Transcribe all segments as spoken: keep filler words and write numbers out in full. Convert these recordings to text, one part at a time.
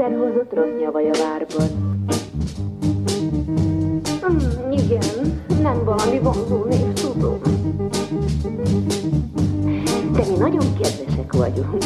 herhozott rossz nyavaj a várban. Mm, igen, nem valami vonzó név, tudom. De mi nagyon kedvesek vagyunk.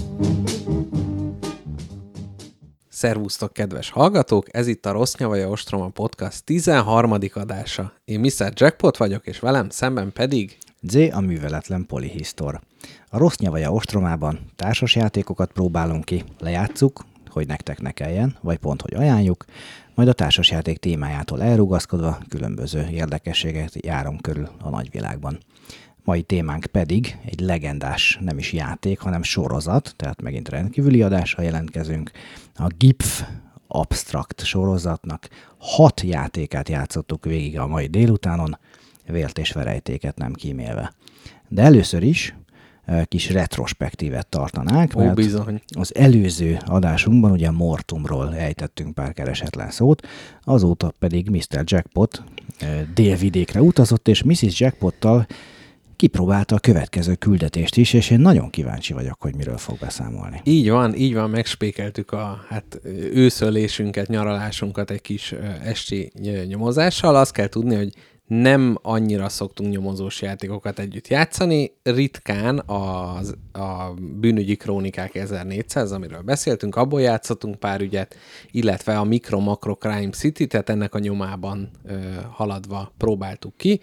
Szervusztok, kedves hallgatók! Ez itt a Rossz Nyavaja Ostroma Podcast tizenharmadik adása. Én miszter Jackpot vagyok, és velem szemben pedig... Z, a műveletlen polihisztor. A Rossz Nyavaja Ostromában társasjátékokat próbálunk ki, lejátsszuk, hogy nektek ne kelljen, vagy pont, hogy ajánljuk, majd a társasjáték témájától elrugaszkodva különböző érdekességet járunk körül a nagyvilágban. Mai témánk pedig egy legendás, nem is játék, hanem sorozat, tehát megint rendkívüli adással jelentkezünk. A G I P F Abstract sorozatnak hat játékát játszottuk végig a mai délutánon, vért és verejtéket nem kímélve. De először is kis retrospektívet tartanánk, Ó, mert bizony. az előző adásunkban ugye Mortumról ejtettünk pár keresetlen szót, azóta pedig miszter Jackpot délvidékre utazott, és missis Jackpottal kipróbálta a következő küldetést is, és én nagyon kíváncsi vagyok, hogy miről fog beszámolni. Így van, így van, megspékeltük a hát, őszölésünket, nyaralásunkat egy kis esti nyomozással. Azt kell tudni, hogy nem annyira szoktunk nyomozós játékokat együtt játszani. Ritkán az, a bűnügyi krónikák ezernégyszáz, amiről beszéltünk, abból játszottunk pár ügyet, illetve a Micro Macro Crime City, tehát ennek a nyomában ö, haladva próbáltuk ki.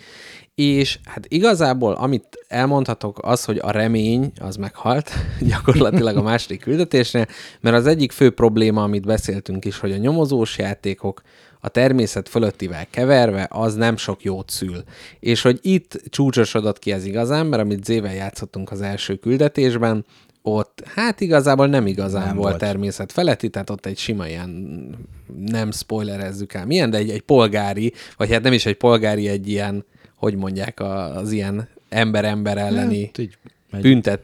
És hát igazából, amit elmondhatok, az, hogy a remény az meghalt gyakorlatilag a második küldetésnél, mert az egyik fő probléma, amit beszéltünk is, hogy a nyomozós játékok a természet fölöttivel keverve, az nem sok jót szül. És hogy itt csúcsosodott ki ez igazán, mert amit Zével játszottunk az első küldetésben, ott hát igazából nem igazán nem volt, volt természet feletti, tehát ott egy sima ilyen, nem spoilerezzük el milyen, de egy, egy polgári, vagy hát nem is egy polgári, egy ilyen, hogy mondják, az ilyen ember-ember elleni hát, így, büntet.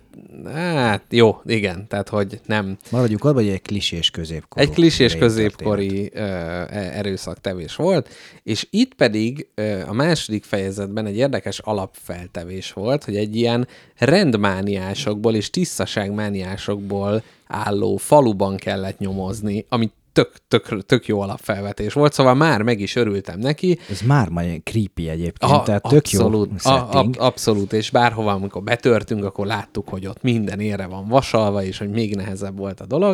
Hát jó, igen, tehát hogy nem. Maradjuk abban, hogy egy klisés középkori. Egy klisés középkori ö, erőszaktevés volt, és itt pedig ö, a második fejezetben egy érdekes alapfeltevés volt, hogy egy ilyen rendmániásokból és tisztaságmániásokból álló faluban kellett nyomozni, amit Tök, tök, tök jó alapfelvetés volt, szóval már meg is örültem neki. Ez már majd creepy egyébként, a, tehát tök abszolút, jó setting. A, a, abszolút, és bárhova, amikor betörtünk, akkor láttuk, hogy ott minden ére van vasalva, és hogy még nehezebb volt a dolog,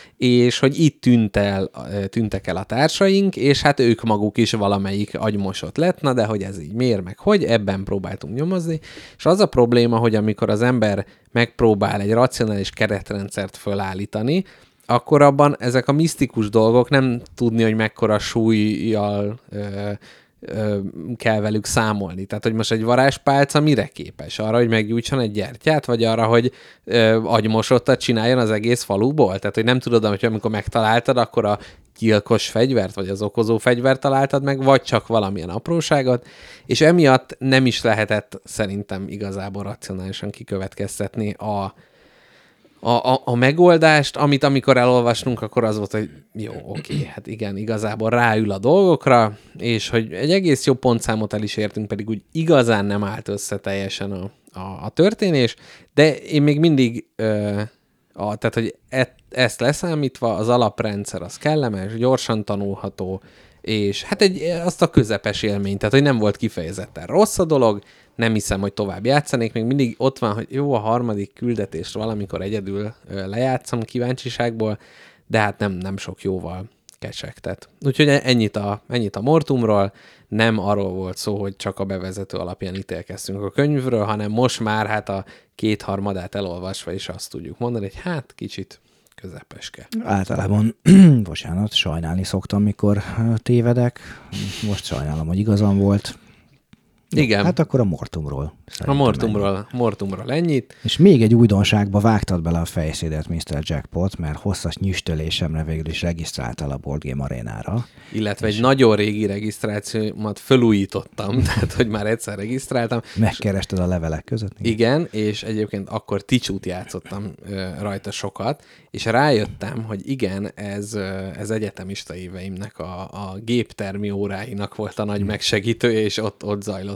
és hogy itt tűnt el, tűntek el a társaink, és hát ők maguk is valamelyik agymosott lett, na de hogy ez így miért, meg hogy, ebben próbáltunk nyomozni, és az a probléma, hogy amikor az ember megpróbál egy racionális keretrendszert fölállítani, akkor abban ezek a misztikus dolgok nem tudni, hogy mekkora súlyjal ö, ö, kell velük számolni. Tehát, hogy most egy varázspálca mire képes? Arra, hogy meggyújtson egy gyertyát, vagy arra, hogy ö, agymosottat csináljon az egész faluból? Tehát, hogy nem tudod, hogy amikor megtaláltad, akkor a gyilkos fegyvert, vagy az okozó fegyvert találtad meg, vagy csak valamilyen apróságot, és emiatt nem is lehetett szerintem igazából racionálisan kikövetkeztetni a A, a, a megoldást, amit amikor elolvasnunk, akkor az volt, hogy jó, oké, hát igen, igazából ráül a dolgokra, és hogy egy egész jó pontszámot el is értünk, pedig úgy igazán nem állt össze teljesen a, a, a történés, de én még mindig, ö, a, tehát hogy e, ezt leszámítva, az alaprendszer az kellemes, gyorsan tanulható, és hát egy, azt a közepes élmény, tehát hogy nem volt kifejezetten rossz a dolog, nem hiszem, hogy tovább játszanék, még mindig ott van, hogy jó, a harmadik küldetést valamikor egyedül ö, lejátszom kíváncsiságból, de hát nem, nem sok jóval kecsegtet. Úgyhogy ennyit a, ennyit a Mortumról, nem arról volt szó, hogy csak a bevezető alapján ítélkeztünk a könyvről, hanem most már hát a kétharmadát elolvasva is azt tudjuk mondani, hogy hát kicsit közepeske. Általában, bocsánat, sajnálni szoktam, mikor tévedek. Most sajnálom, hogy igazam volt. Igen. Hát akkor a Mortumról. A Mortumról, Mortumról ennyit. És még egy újdonságba vágtad bele a fejszédet, miszter Jackpot, mert hosszas nyüstölésemre végül is regisztráltál a Board Game Arénára. Illetve és egy nagyon régi regisztrációmat felújítottam, tehát hogy már egyszer regisztráltam. Megkerested a levelek között? Igen, és egyébként akkor Ticsút játszottam ö, rajta sokat, és rájöttem, hogy igen, ez, ez egyetemista éveimnek a, a géptermi óráinak volt a nagy megsegítője, és ott, ott zajlott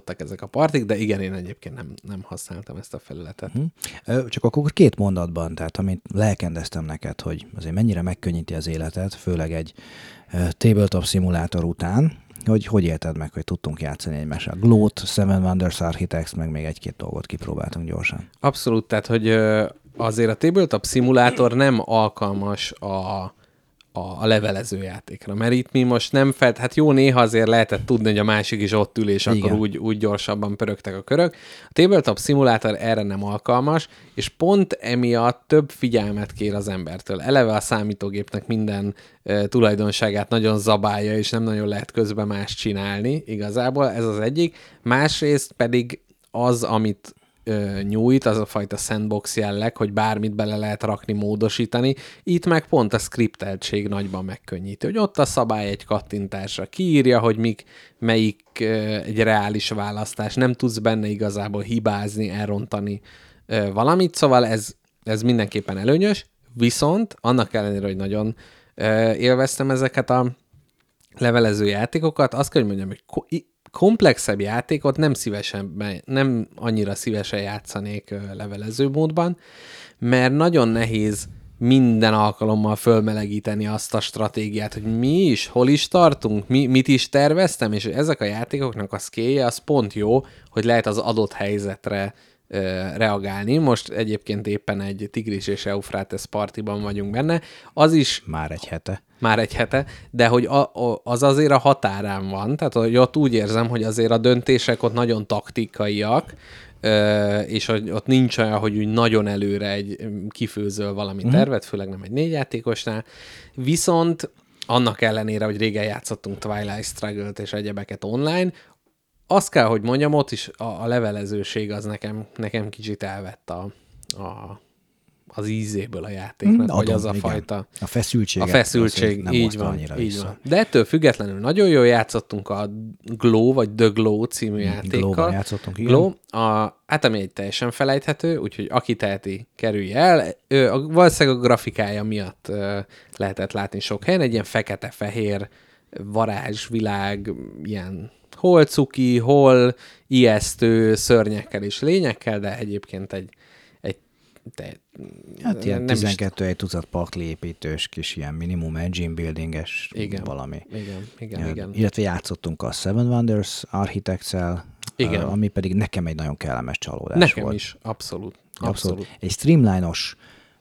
zajlottak ezek a partik, de igen, én egyébként nem, nem használtam ezt a felületet. Uh-huh. Csak akkor két mondatban, tehát amit lelkendeztem neked, hogy azért mennyire megkönnyíti az életet, főleg egy uh, tabletop szimulátor után, hogy hogy élted meg, hogy tudtunk játszani egymással. Gloat, Seven Wonders Architects, meg még egy-két dolgot kipróbáltunk gyorsan. Abszolút, tehát hogy azért a tabletop szimulátor nem alkalmas a a levelező játékra, mert itt mi most nem felt, hát jó, néha azért lehetett tudni, hogy a másik is ott ül, és igen, akkor úgy, úgy gyorsabban pörögtek a körök. A tabletop szimulátor erre nem alkalmas, és pont emiatt több figyelmet kér az embertől. Eleve a számítógépnek minden e, tulajdonságát nagyon zabálja, és nem nagyon lehet közben más csinálni, igazából ez az egyik. Másrészt pedig az, amit nyújt, az a fajta sandbox jelleg, hogy bármit bele lehet rakni, módosítani. Itt meg pont a skripteltség nagyban megkönnyíti, hogy ott a szabály egy kattintásra kiírja, hogy mik, melyik egy reális választás, nem tudsz benne igazából hibázni, elrontani valamit, szóval ez, ez mindenképpen előnyös, viszont annak ellenére, hogy nagyon élveztem ezeket a levelező játékokat, azt kell, hogy mondjam, hogy komplexebb játékot nem szívesen, nem annyira szívesen játszanék levelező módban, mert nagyon nehéz minden alkalommal fölmelegíteni azt a stratégiát, hogy mi is, hol is tartunk, mi, mit is terveztem, és ezek a játékoknak a scale-je az pont jó, hogy lehet az adott helyzetre ö, reagálni. Most egyébként éppen egy Tigris és Eufrates partiban vagyunk benne. Az is... Már egy hete. Már egy hete, de hogy a, a, az azért a határán van, tehát hogy ott úgy érzem, hogy azért a döntések ott nagyon taktikaiak, és hogy ott nincs olyan, hogy úgy nagyon előre egy kifőzöl valami mm. tervet, főleg nem egy négy játékosnál, viszont annak ellenére, hogy régen játszottunk Twilight Struggle-t és egyebeket online, azt kell, hogy mondjam, ott is a, a levelezőség az nekem, nekem kicsit elvett a, a az ízéből a játéknak, mm, vagy az a igen. fajta... A feszültség. A feszültség, így van, így vissza. van. De ettől függetlenül nagyon jól játszottunk a Glow, vagy The Glow című mm, játékkal. Glow-ban játszottunk, igen. Glow, a, hát ami egy teljesen felejthető, úgyhogy aki teheti, kerülje el. Ő, a, valószínűleg a grafikája miatt ö, lehetett látni sok helyen, egy ilyen fekete-fehér varázsvilág, ilyen hol cuki, hol ijesztő szörnyekkel és lényekkel, de egyébként egy De hát ilyen tizenkettő egy tucat pakli építős, kis ilyen minimum engine buildinges igen, valami. Igen, igen, igen. Illetve játszottunk a Seven Wonders Architects-el, igen. ami pedig nekem egy nagyon kellemes csalódás nekem volt. Nekem is, abszolút. abszolút. abszolút. Egy streamline-os,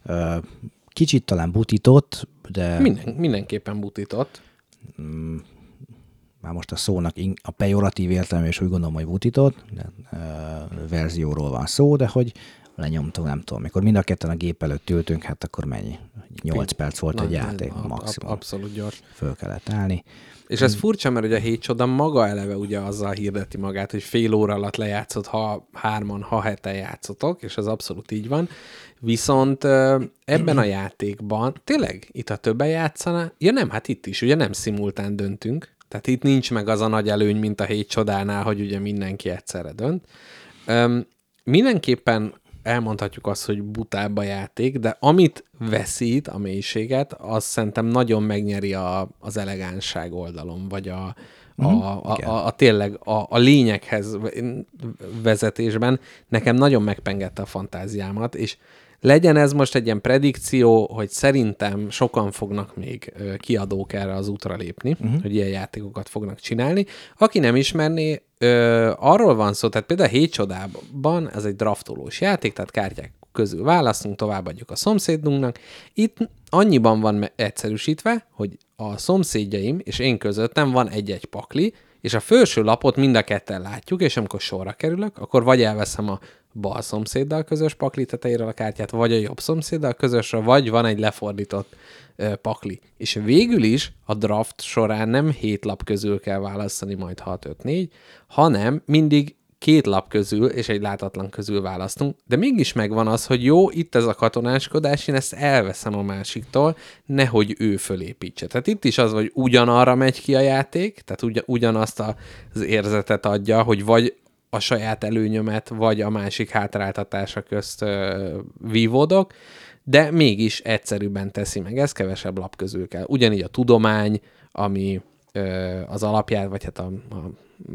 kicsit talán butított, de... Minden, mindenképpen butított. Mm, már most a szónak a pejoratív értelme, és úgy gondolom, hogy butított, de, uh, verzióról van szó, de hogy lenyomtunk, nem tudom, mikor mind a ketten a gép előtt ültünk, hát akkor mennyi? nyolc perc volt na, egy játék ab, maximum. Abszolút gyors. Föl kellett állni. És ez furcsa, mert ugye a hét csoda maga eleve ugye azzal hirdeti magát, hogy fél óra alatt lejátszott, ha hárman, ha heten játszotok, és ez abszolút így van. Viszont ebben a játékban, tényleg itt a többen játszaná, ja nem, hát itt is, ugye nem szimultán döntünk, tehát itt nincs meg az a nagy előny, mint a hét csodánál, hogy ugye mindenki egyszerre dönt. Üm, mindenképpen elmondhatjuk azt, hogy butább a játék, de amit veszít, a mélységet, az szerintem nagyon megnyeri a, az elegánság oldalon, vagy a, a, a, a, a, a tényleg a, a lényeghez vezetésben nekem nagyon megpengette a fantáziámat, és legyen ez most egy ilyen predikció, hogy szerintem sokan fognak még kiadók erre az útra lépni, uh-huh. hogy ilyen játékokat fognak csinálni. Aki nem ismerné, ö, arról van szó, tehát például a hét csodában ez egy draftolós játék, tehát kártyák közül választunk, továbbadjuk a szomszédunknak. Itt annyiban van egyszerűsítve, hogy a szomszédjaim és én közöttem van egy-egy pakli, és a felső lapot mind a ketten látjuk, és amikor sorra kerülök, akkor vagy elveszem a bal szomszéddal közös pakli tetejéről a kártyát, vagy a jobb szomszéddal közösre, vagy van egy lefordított ö, pakli. És végül is a draft során nem hét lap közül kell választani, majd hat öt négy, hanem mindig két lap közül és egy látatlan közül választunk, de mégis megvan az, hogy jó, itt ez a katonáskodás, én ezt elveszem a másiktól, nehogy ő fölépítse. Tehát itt is az, hogy ugyanarra megy ki a játék, tehát ugyan, ugyanazt az érzetet adja, hogy vagy a saját előnyömet, vagy a másik hátráltatása közt ö, vívódok, de mégis egyszerűbben teszi meg, ez kevesebb lap közül kell. Ugyanígy a tudomány, ami ö, az alapját, vagy hát a, a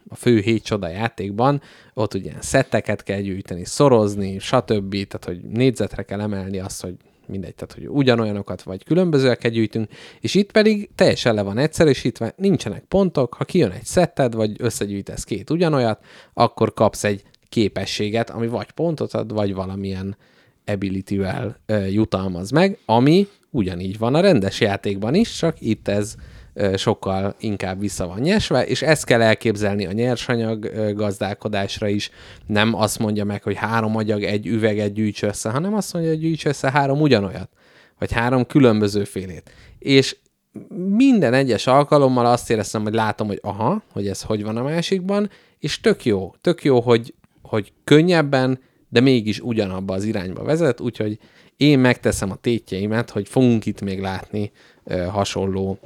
a fő hét csoda játékban, ott ugye szetteket kell gyűjteni, szorozni, stb. Tehát, hogy négyzetre kell emelni azt, hogy mindegy, tehát, hogy ugyanolyanokat vagy különbözőeket gyűjtünk, és itt pedig teljesen le van egyszerűsítve, nincsenek pontok, ha kijön egy szetted, vagy összegyűjtesz két ugyanolyat, akkor kapsz egy képességet, ami vagy pontot ad, vagy valamilyen ability-vel uh, jutalmaz meg, ami ugyanígy van a rendes játékban is, csak itt ez uh, sokkal inkább vissza van nyesve, és ezt kell elképzelni a nyersanyag uh, gazdálkodásra is. Nem azt mondja meg, hogy három agyag egy üveget gyűjts össze, hanem azt mondja, hogy gyűjts össze három ugyanolyat, vagy három különböző félét. És minden egyes alkalommal azt éreztem, hogy látom, hogy aha, hogy ez hogy van a másikban, és tök jó, tök jó, hogy, hogy könnyebben, de mégis ugyanabba az irányba vezet, úgyhogy én megteszem a tétjeimet, hogy fogunk itt még látni ö, hasonló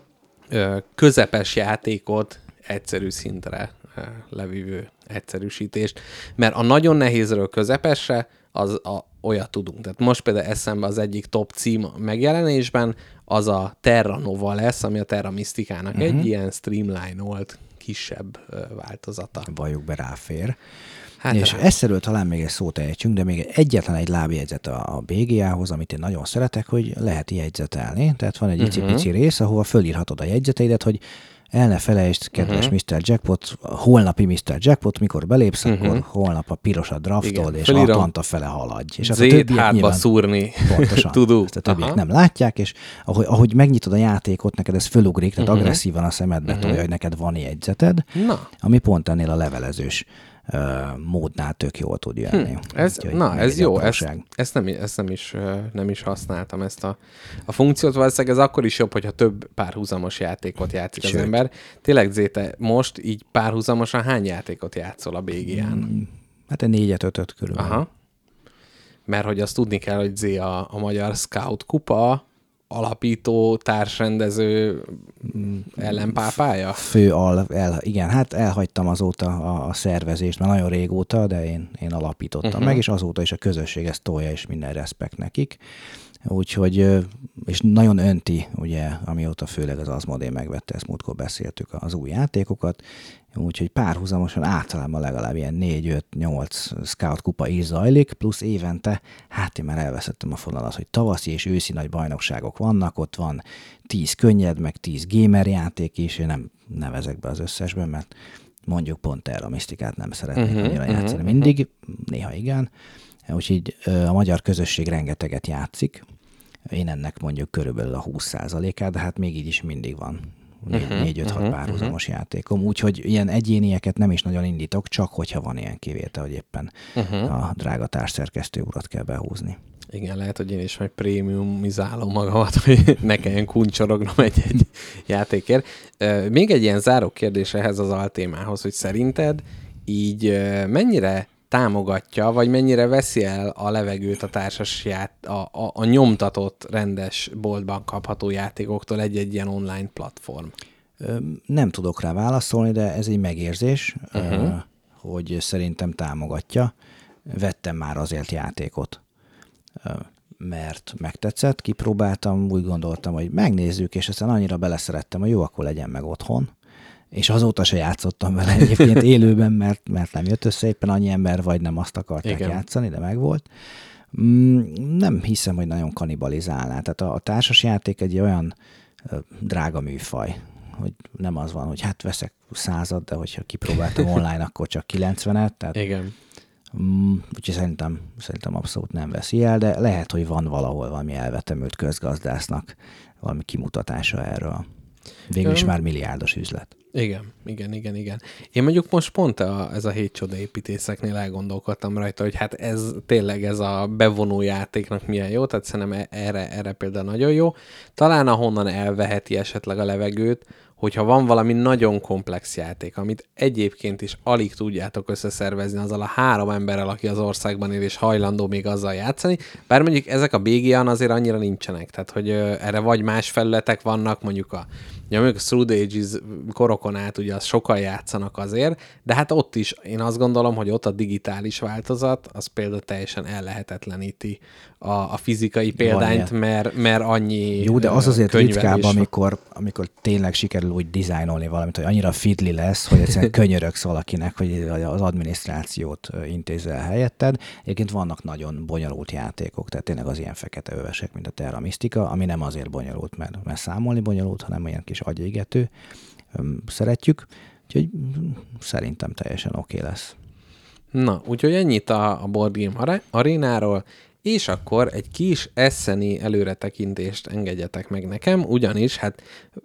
ö, közepes játékot, egyszerű szintre ö, levívő egyszerűsítést, mert a nagyon nehézről közepesre az a, olyat tudunk. Tehát most például eszembe az egyik top cím megjelenésben, az a Terra Nova lesz, ami a Terra Mystikának uh-huh. egy ilyen streamline-olt kisebb ö, változata. Valljuk be, ráfér. Hát és rá. ezszerről talán még egy szót ejtsünk, de még egyetlen egy lábjegyzet a, a bé gé á-hoz, amit én nagyon szeretek, hogy lehet jegyzetelni. Tehát van egy uh-huh. icipici rész, ahol fölírhatod a jegyzeteidet, hogy el ne felejtsd, kedves uh-huh. miszter Jackpot, holnapi miszter Jackpot, mikor belépsz, uh-huh. akkor holnap a piros a draftod, és Fölírom. Atlanta fele haladj. És Zét hátba szúrni. Pontosan. Tudó. Ezt a többiek nem látják, és ahogy, ahogy megnyitod a játékot, neked ez fölugrik, tehát uh-huh. agresszívan a szemedbe uh-huh. tolja, hogy neked van jegyzeted, Na. ami pont ennél a levelezős uh, módnál tök jól tud jönni. Hm, ez, Úgyhogy na, ez jó, ezt, ezt, ezt, nem, ezt nem, is, nem is használtam, ezt a, a funkciót. Valószínűleg ez akkor is jobb, hogyha több párhuzamos játékot játszik Sőt. az ember. Tényleg, Zéte, most így párhuzamosan hány játékot játszol a bé gé án? Mm, hát egy négyet, ötöt körülbelül. Aha. Mert hogy azt tudni kell, hogy Zé a, a Magyar Scout Kupa alapító, társrendező ellenpápája? Fő al, el, igen, hát elhagytam azóta a, a szervezést, már nagyon régóta, de én, én alapítottam uh-huh. meg, és azóta is a közösség ezt tolja, és minden respekt nekik. Úgyhogy, és nagyon önti, ugye, amióta főleg az Asmodee megvette, ezt múltkor beszéltük, az új játékokat, úgyhogy párhuzamosan általában legalább ilyen négy öt nyolc Scout kupa is zajlik, plusz évente, hát én már elveszettem a fonalat, hogy tavaszi és őszi nagy bajnokságok vannak, ott van tíz könnyed, meg tíz gamer játék is, én nem nevezek be az összesben, mert mondjuk pont Terra Mystikát nem szeretnék uh-huh, annyira játszani uh-huh, mindig, néha igen, úgyhogy a magyar közösség rengeteget játszik, én ennek mondjuk körülbelül a húsz százalékát, de hát még így is mindig van négy öt hat uh-huh, párhuzamos uh-huh. játékom, úgyhogy ilyen egyénieket nem is nagyon indítok, csak hogyha van ilyen kivétel, hogy éppen uh-huh. a drága társszerkesztő urat kell behúzni. Igen, lehet, hogy én is majd prémiumizálom magamat, hogy ne kelljen kuncsorognom egy-egy játékért. Még egy ilyen záró kérdés ehhez az altémához, hogy szerinted így mennyire támogatja, vagy mennyire veszi el a levegőt a társas ját, a, a, a nyomtatott, rendes boltban kapható játékoktól egy-egy ilyen online platform? Nem tudok rá válaszolni, de ez egy megérzés, uh-huh. hogy szerintem támogatja. Vettem már azért játékot, mert megtetszett, kipróbáltam, úgy gondoltam, hogy megnézzük, és aztán annyira beleszerettem, hogy jó, akkor legyen meg otthon. És azóta se játszottam vele egyébként élőben, mert, mert nem jött össze, éppen annyi ember vagy nem azt akarták Igen. játszani, de megvolt. Nem hiszem, hogy nagyon kanibalizálná. Tehát a, a társasjáték egy olyan drága műfaj, hogy nem az van, hogy hát veszek százat, de hogyha kipróbáltam online, akkor csak kilencvenet. Tehát, Igen. Úgyhogy szerintem, szerintem abszolút nem veszi el, de lehet, hogy van valahol valami elvetemült közgazdásznak valami kimutatása erről. Végül is már milliárdos üzlet. Igen, igen, igen, igen. Én mondjuk most pont a, ez a hét csoda építészeknél elgondolkodtam rajta, hogy hát ez tényleg ez a bevonó játéknak milyen jó, tehát szerintem erre, erre például nagyon jó. Talán ahonnan elveheti esetleg a levegőt, hogyha van valami nagyon komplex játék, amit egyébként is alig tudjátok összeszervezni azzal a három emberrel, aki az országban él, és hajlandó még azzal játszani, bár mondjuk ezek a bé gé án azért annyira nincsenek, tehát hogy ö, erre vagy más felületek vannak, mondjuk a Ja, mondjuk a Through the Ages korokon át ugye az sokan játszanak azért, de hát ott is én azt gondolom, hogy ott a digitális változat, az például teljesen ellehetetleníti a, a fizikai példányt, mert, mert annyi Jó, de az azért ritkább, van. amikor, amikor tényleg sikerül úgy dizájnolni valamit, hogy annyira fiddly lesz, hogy egyszerűen könyörögsz valakinek, hogy az adminisztrációt intézze helyetted. Egyébként vannak nagyon bonyolult játékok, tehát tényleg az ilyen fekete övesek, mint a Terra Mystica, ami nem azért bonyolult, mert, mert számolni bonyolult, hanem olyan kis agyégető. Szeretjük, úgyhogy szerintem teljesen oké okay lesz. Na, úgyhogy ennyit a, a Board Game Arénáról, és akkor egy kis eszeni előretekintést engedjetek meg nekem, ugyanis hát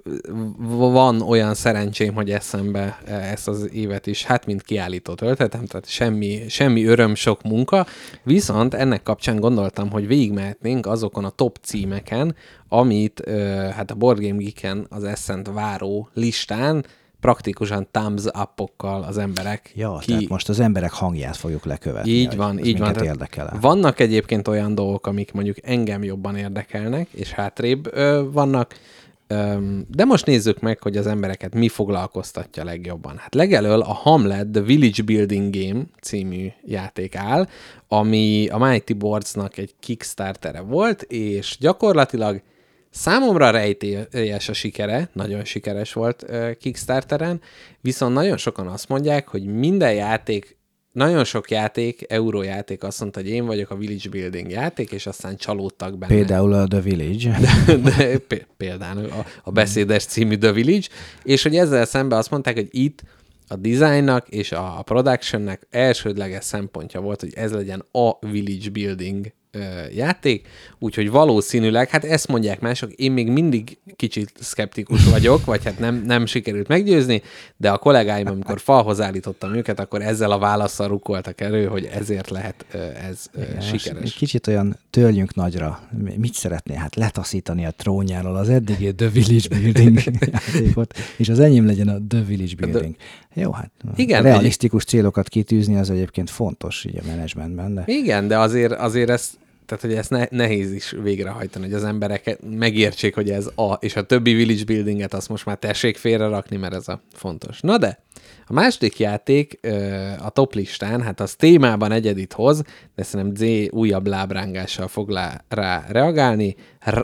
van olyan szerencsém, hogy eszembe ezt az évet is, hát mint kiállító töltetem, tehát semmi, semmi öröm, sok munka, viszont ennek kapcsán gondoltam, hogy végigmehetnénk azokon a top címeken, amit hát a Board Game Geeken az Esszent váró listán praktikusan thumbs up-okkal az emberek ja, ki... tehát most az emberek hangját fogjuk lekövetni. Így van, így van. Érdekel. Vannak egyébként olyan dolgok, amik mondjuk engem jobban érdekelnek, és hátrébb ö, vannak, ö, de most nézzük meg, hogy az embereket mi foglalkoztatja legjobban. Hát legelől a Hamlet The Village Building Game című játék áll, ami a Mighty Boardsnak egy Kickstartere volt, és gyakorlatilag számomra rejtélyes a sikere, nagyon sikeres volt uh, Kickstarteren, viszont nagyon sokan azt mondják, hogy minden játék, nagyon sok játék, eurójáték azt mondta, hogy én vagyok a Village Building játék, és aztán csalódtak benne. Például a The Village. De, de, például a, a beszédes című The Village, és hogy ezzel szemben azt mondták, hogy itt a designnak és a, a productionnek elsődleges szempontja volt, hogy ez legyen a Village Building játék, úgyhogy valószínűleg, hát ezt mondják mások, én még mindig kicsit szkeptikus vagyok, vagy hát nem, nem sikerült meggyőzni, de a kollégáim, amikor falhoz állítottam őket, akkor ezzel a válaszsal rukkoltak elő, hogy ezért lehet ez igen, sikeres. Kicsit olyan törjünk nagyra. Mit szeretné? Hát letaszítani a trónjáról az eddigi The Village Building játékot, és az enyém legyen a The Village Building. De, jó, hát igen, realisztikus egy... célokat kitűzni, az egyébként fontos így a menedzsmentben. De... Igen, de azért, azért ez tehát, hogy ezt ne, nehéz is végrehajtani, hogy az emberek megértsék, hogy ez a, és a többi Village Buildinget azt most már tessék félrerakni, mert ez a fontos. Na de, a második játék a top listán, hát az témában egyedit hoz, de szerintem Z újabb lábrángással fog rá reagálni.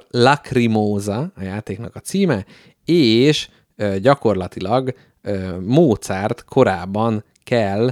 Lacrimosa a játéknak a címe, és gyakorlatilag Mozart korában kell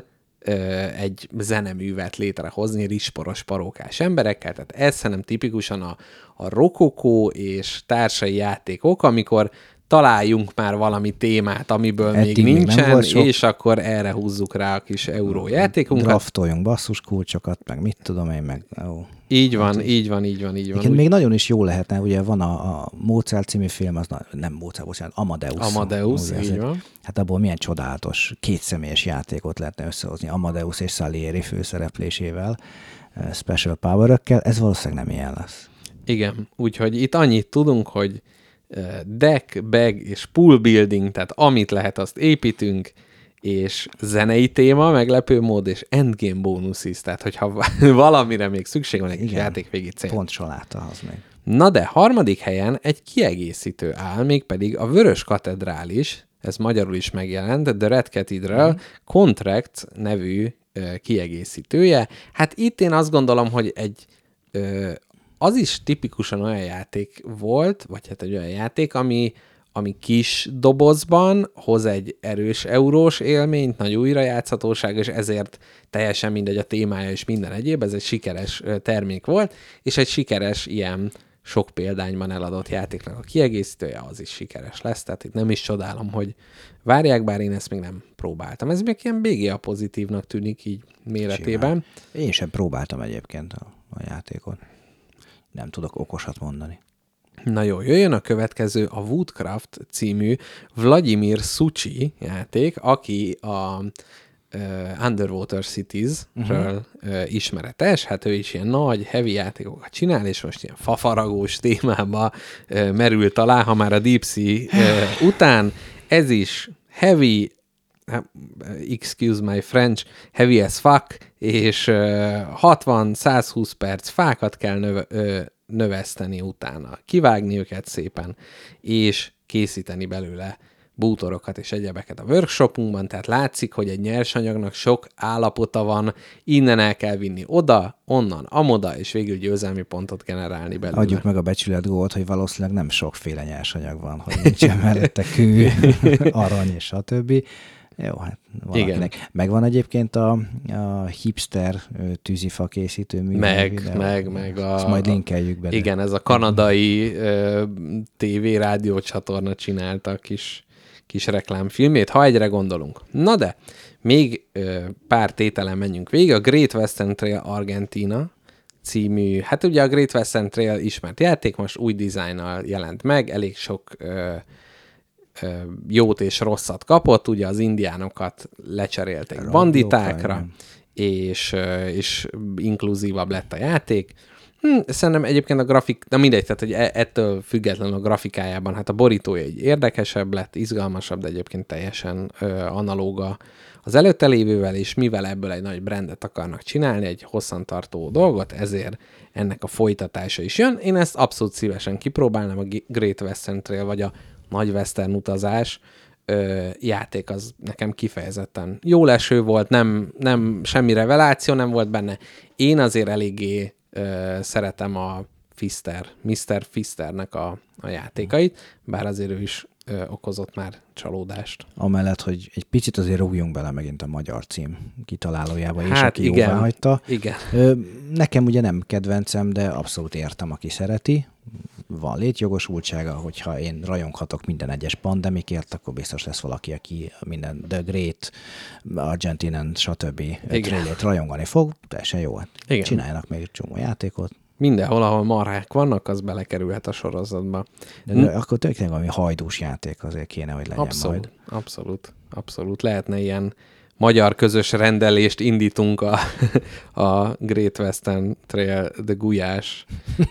egy zeneművet létrehozni risporos parókás emberekkel, tehát ez szerintem tipikusan a, a rokokó és társai játékok, amikor találjunk már valami témát, amiből Eddig még nincsen, és akkor erre húzzuk rá a kis eurójátékunkat. Draftoljunk basszuskulcsokat, meg mit tudom én, meg... Ó. Így van, hát, így van, így van, így van. Igen, úgy... még nagyon is jó lehetne, ugye van a, a Mozart című film, az na, nem Mozart, bocsánat, Amadeus. Amadeus, ugye, így van. Hát abból milyen csodálatos kétszemélyes játékot lehetne összehozni Amadeus és Salieri főszereplésével, special power-ökkel, ez valószínűleg nem ilyen lesz. Igen, úgyhogy itt annyit tudunk, hogy deck, bag és pool building, tehát amit lehet, azt építünk, és zenei téma, meglepő mód, és endgame bónusz is, tehát hogyha valamire még szükség van, egy játékvégi cél. Pont saláta az még. Na de harmadik helyen egy kiegészítő áll, mégpedig a Vörös Katedrális, ez magyarul is megjelent, The Red Cathedral mm. Contract nevű uh, kiegészítője. Hát itt én azt gondolom, hogy egy uh, az is tipikusan olyan játék volt, vagy hát egy olyan játék, ami, ami kis dobozban hoz egy erős eurós élményt, nagy újrajátszhatóság, és ezért teljesen mindegy a témája és minden egyéb, ez egy sikeres termék volt, és egy sikeres ilyen sok példányban eladott játéknak a kiegészítője, az is sikeres lesz, tehát itt nem is csodálom, hogy várják, bár én ezt még nem próbáltam. Ez még ilyen bé gé á pozitívnak tűnik így méretében. Simán. Én sem próbáltam egyébként a, a játékot. Nem tudok okosat mondani. Na jó, jöjjön a következő, a Woodcraft című Vladimir Suchy játék, aki a uh, Underwater Cities-ről uh-huh. uh, ismeretes, hát ő is ilyen nagy, heavy játékokat csinál, és most ilyen fafaragós témába uh, merült alá, ha már a Deep Sea uh, után. Ez is heavy, excuse my French, heavy as fuck, és uh, hatvan-százhúsz perc fákat kell növe, uh, növeszteni utána, kivágni őket szépen, és készíteni belőle bútorokat és egyebeket a workshopunkban, tehát látszik, hogy egy nyersanyagnak sok állapota van, innen el kell vinni oda, onnan amoda, és végül győzelmi pontot generálni belőle. Adjuk meg a becsületgót, hogy valószínűleg nem sokféle nyersanyag van, hogy nincsen mellette kő, arany és stb. Jó, hát valakinek. Igen. Megvan egyébként a, a hipster tűzifa készítő művő Meg, videó. meg, meg. A, Ezt majd linkeljük bele. Igen, ez a kanadai uh, tévé-rádió csatorna csinálta a kis, kis reklámfilmét, ha egyre gondolunk. Na de, még uh, pár tételen menjünk végig. A Great Western Trail Argentina című, hát ugye a Great Western Trail ismert játék, most új dizájnnal jelent meg, elég sok uh, jót és rosszat kapott, ugye az indiánokat lecserélték Rablóka, banditákra, és, és inkluzívabb lett a játék. Hm, szerintem egyébként a grafik, na mindegy, tehát hogy ettől függetlenül a grafikájában, hát a borítója egy érdekesebb lett, izgalmasabb, de egyébként teljesen ö, analóga az előtte lévővel, és mivel ebből egy nagy brandet akarnak csinálni, egy hosszantartó dolgot, ezért ennek a folytatása is jön. Én ezt abszolút szívesen kipróbálnám, a Great Western Trail, vagy a nagy western utazás ö, játék az nekem kifejezetten jó leső volt, nem, nem semmi reveláció nem volt benne. Én azért eléggé ö, szeretem a Pfister, miszter Pfisternek a, a játékait, bár azért ő is ö, okozott már csalódást. Amellett, hogy egy picit azért rúgjunk bele megint a magyar cím kitalálójába is, hát aki igen, jóvá hagyta. Igen. Ö, nekem ugye nem kedvencem, de abszolút értem, aki szereti. Van létjogosultsága, hogyha én rajonghatok minden egyes pandemikért, akkor biztos lesz valaki, aki minden The Great, Argentinian, stb. Trailét rajongani fog, teljesen jó. Igen. Csináljanak még egy csomó játékot. Mindenhol, ahol marhák vannak, az belekerülhet a sorozatba. De, de hm? akkor tényleg valami hajdús játék azért kéne, hogy legyen abszolút, majd. Abszolút, abszolút. Lehetne ilyen magyar közös rendelést indítunk a, a Great Western Trail, The Gulyás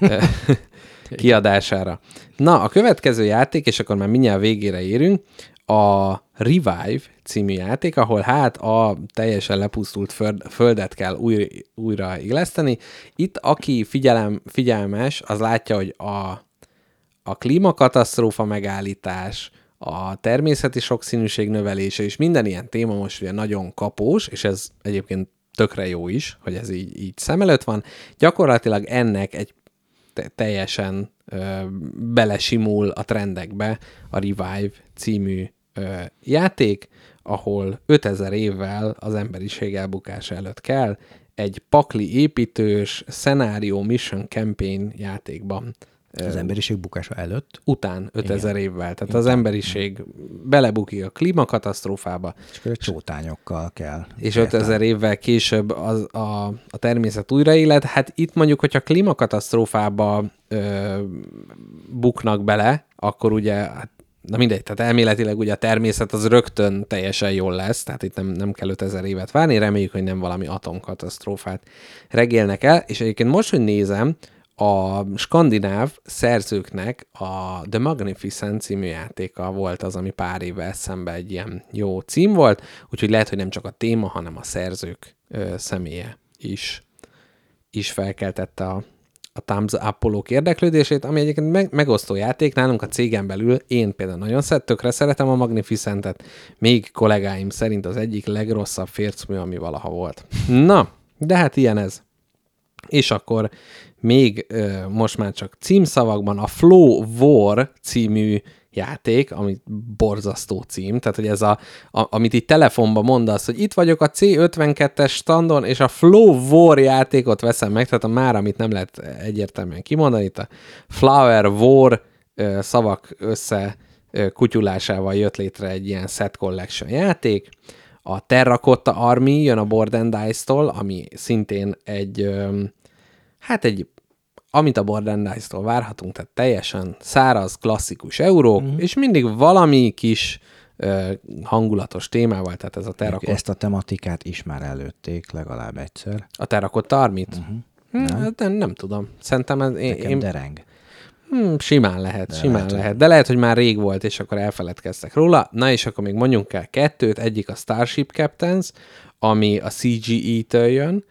kiadására. Na, a következő játék, és akkor már mindjárt végére érünk, a Revive című játék, ahol hát a teljesen lepusztult föld, földet kell újra, újra illeszteni. Itt aki figyelem, figyelmes, az látja, hogy a, a klímakatasztrófa megállítás, a természeti sokszínűség növelése, és minden ilyen téma most ugye nagyon kapós, és ez egyébként tökre jó is, hogy ez így, így szem előtt van. Gyakorlatilag ennek egy te- teljesen ö, belesimul a trendekbe a Revive című ö, játék, ahol ötezer évvel az emberiség elbukása előtt kell egy pakli építős szenárió mission campaign játékban. Az emberiség bukása előtt? Után ötezer évvel. Tehát Után. Az emberiség belebukik a klímakatasztrófába. És akkor csótányokkal kell. És ötezer évvel később az, a, a természet újraélet. Hát itt mondjuk, hogyha klímakatasztrófába ö, buknak bele, akkor ugye, hát, na mindegy, tehát elméletileg ugye a természet az rögtön teljesen jól lesz, tehát itt nem, nem kell ötezer évet várni, reméljük, hogy nem valami atomkatasztrófát regélnek el. És egyébként most, hogy nézem, a skandináv szerzőknek a The Magnificent című játéka volt az, ami pár éve eszembe egy ilyen jó cím volt, úgyhogy lehet, hogy nem csak a téma, hanem a szerzők ö, személye is, is felkeltette a, a Thumbs Up-olók érdeklődését, ami egyébként meg, megosztó játék nálunk a cégen belül. Én például nagyon szeret, tökre szeretem a Magnificentet, még kollégáim szerint az egyik legrosszabb fércmű, ami valaha volt. Na, de hát ilyen ez. És akkor még ö, most már csak címszavakban a Flow War című játék, ami borzasztó cím, tehát hogy ez a, a amit itt telefonban mondasz, hogy itt vagyok a cé ötvenkettes standon, és a Flow War játékot veszem meg, tehát a már, amit nem lehet egyértelműen kimondani, itt a Flower War ö, szavak össze ö, kutyulásával jött létre egy ilyen set collection játék. A Terracotta Army jön a Board and Dice-tól, ami szintén egy, ö, hát egy amit a Board and Dice-tól várhatunk, tehát teljesen száraz, klasszikus eurók, mm-hmm. és mindig valami kis uh, hangulatos témával, tehát ez a Terracotta. Ezt a tematikát is már előtték legalább egyszer. A Terracotta Army-t? Uh-huh. Hm, nem. nem, nem tudom. Szerintem ez... Én, Nekem én, dereng. Hm, simán lehet, De simán lehet, lehet. hogy... De lehet, hogy már rég volt, és akkor elfeledkeztek róla. Na, és akkor még mondjunk el kettőt. Egyik a Starship Captains, ami a cé gé í-től jön,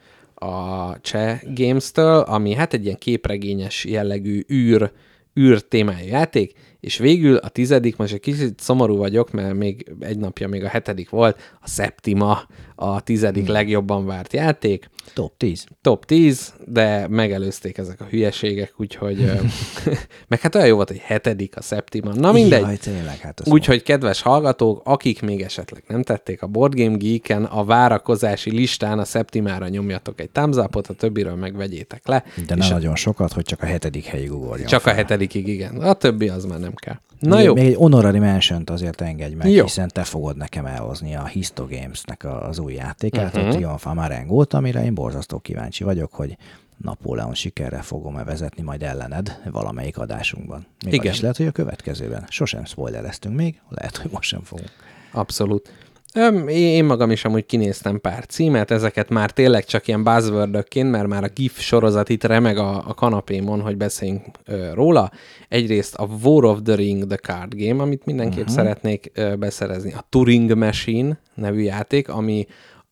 a Cseh Games-től, ami hát egy ilyen képregényes jellegű űr, űr témájú játék, és végül a tizedik, most egy kicsit szomorú vagyok, mert még egy napja még a hetedik volt, a Septima a tizedik hmm. legjobban várt játék. Top tíz. Top tíz, de megelőzték ezek a hülyeségek, úgyhogy meg hát olyan jó volt, hogy hetedik a Septima. Na mindegy. Jaj, tényleg, hát úgyhogy kedves hallgatók, akik még esetleg nem tették, a Board Game Geek-en a várakozási listán a Septimára nyomjatok egy thumbs up-ot, a többiről megvegyétek le. De nem nagyon sokat, hogy csak a hetedik helyig ugorjon Csak fel. a hetedikig, igen. A többi az már nem kell. Na még, jó. Még egy honorary mention-t azért engedj meg, jó. Hiszen te fogod nekem elhozni a Histo Games-nek az új játékát, Uh-huh. a Triumph Marengót, amire én borzasztó kíváncsi vagyok, hogy Napóleon sikerrel fogom-e vezetni majd ellened valamelyik adásunkban. Még igen. az is lehet, hogy a következőben. Sosem spoilereztünk még, lehet, hogy most sem fogunk. Abszolút. Öm, én magam is amúgy kinéztem pár címet, ezeket már tényleg csak ilyen buzzword-ökként, mert már a GIF sorozat itt remeg a, a kanapémon, hogy beszéljünk ö, róla. Egyrészt a War of the Ring The Card Game, amit mindenképp uh-huh. szeretnék ö, beszerezni. A Turing Machine nevű játék, ami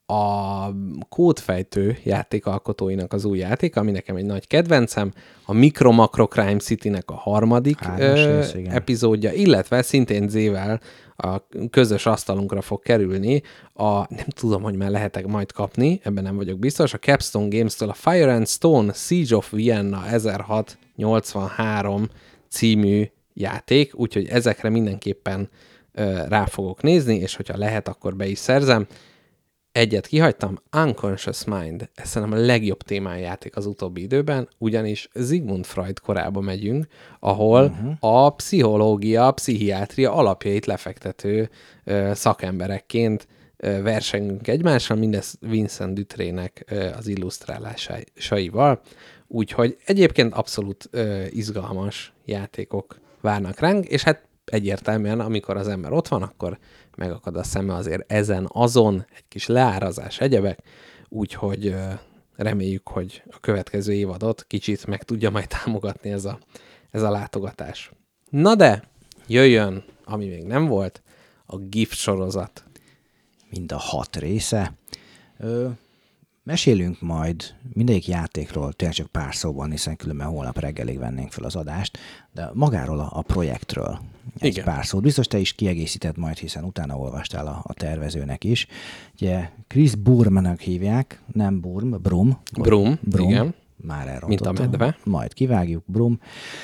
a kódfejtő játékalkotóinak az új játék, ami nekem egy nagy kedvencem, a Micro Macro Crime City-nek a harmadik ö, rész, epizódja, illetve szintén Z-vel a közös asztalunkra fog kerülni, a, nem tudom, hogy már lehetek majd kapni, ebben nem vagyok biztos, a Capstone Games-től a Fire and Stone Siege of Vienna ezerhatszáznyolcvanhárom című játék, úgyhogy ezekre mindenképpen ö, rá fogok nézni, és hogyha lehet, akkor be is szerzem. Egyet kihagytam, Unconscious Mind, ez szerintem a legjobb témájú játék az utóbbi időben, ugyanis Sigmund Freud korába megyünk, ahol uh-huh. a pszichológia, a pszichiátria alapjait lefektető ö, szakemberekként ö, versengünk egymással, mindez Vincent Dutrének ö, az illusztrálásaival, úgyhogy egyébként abszolút ö, izgalmas játékok várnak ránk, és hát egyértelműen, amikor az ember ott van, akkor megakad a szeme azért ezen, azon, egy kis leárazás, egyebek, úgyhogy reméljük, hogy a következő évadot kicsit meg tudja majd támogatni ez a, ez a látogatás. Na de, jöjjön, ami még nem volt, a GIF sorozat. Mind a hat része. Ö, mesélünk majd mindegyik játékról, tényleg csak pár szóban, hiszen különben holnap reggelig vennénk fel az adást, de magáról a, a projektről egy Igen. pár szót. Biztos te is kiegészíted majd, hiszen utána olvastál a, a tervezőnek is. Ugye Chris Burmannak hívják, nem Burm, Brum. Brum, Brum. Igen. Már elrontottam. Mint a medve. Majd kivágjuk, Brum,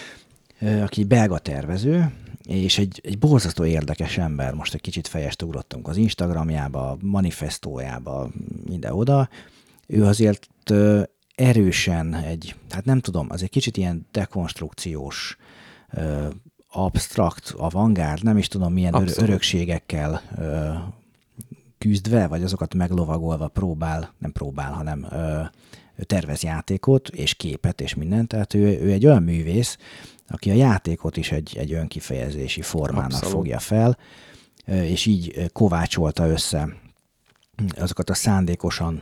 aki belga tervező, és egy, egy borzasztó érdekes ember. Most egy kicsit fejest ugrottunk az Instagramjába, manifestójába, ide-oda. Ő azért erősen egy, hát nem tudom, az egy kicsit ilyen dekonstrukciós, absztrakt, avantgárd, nem is tudom milyen Abszolút. örökségekkel küzdve, vagy azokat meglovagolva próbál, nem próbál, hanem tervez játékot, és képet, és mindent. Tehát ő, ő egy olyan művész, aki a játékot is egy, egy önkifejezési formának Abszolút. fogja fel, és így kovácsolta össze azokat a szándékosan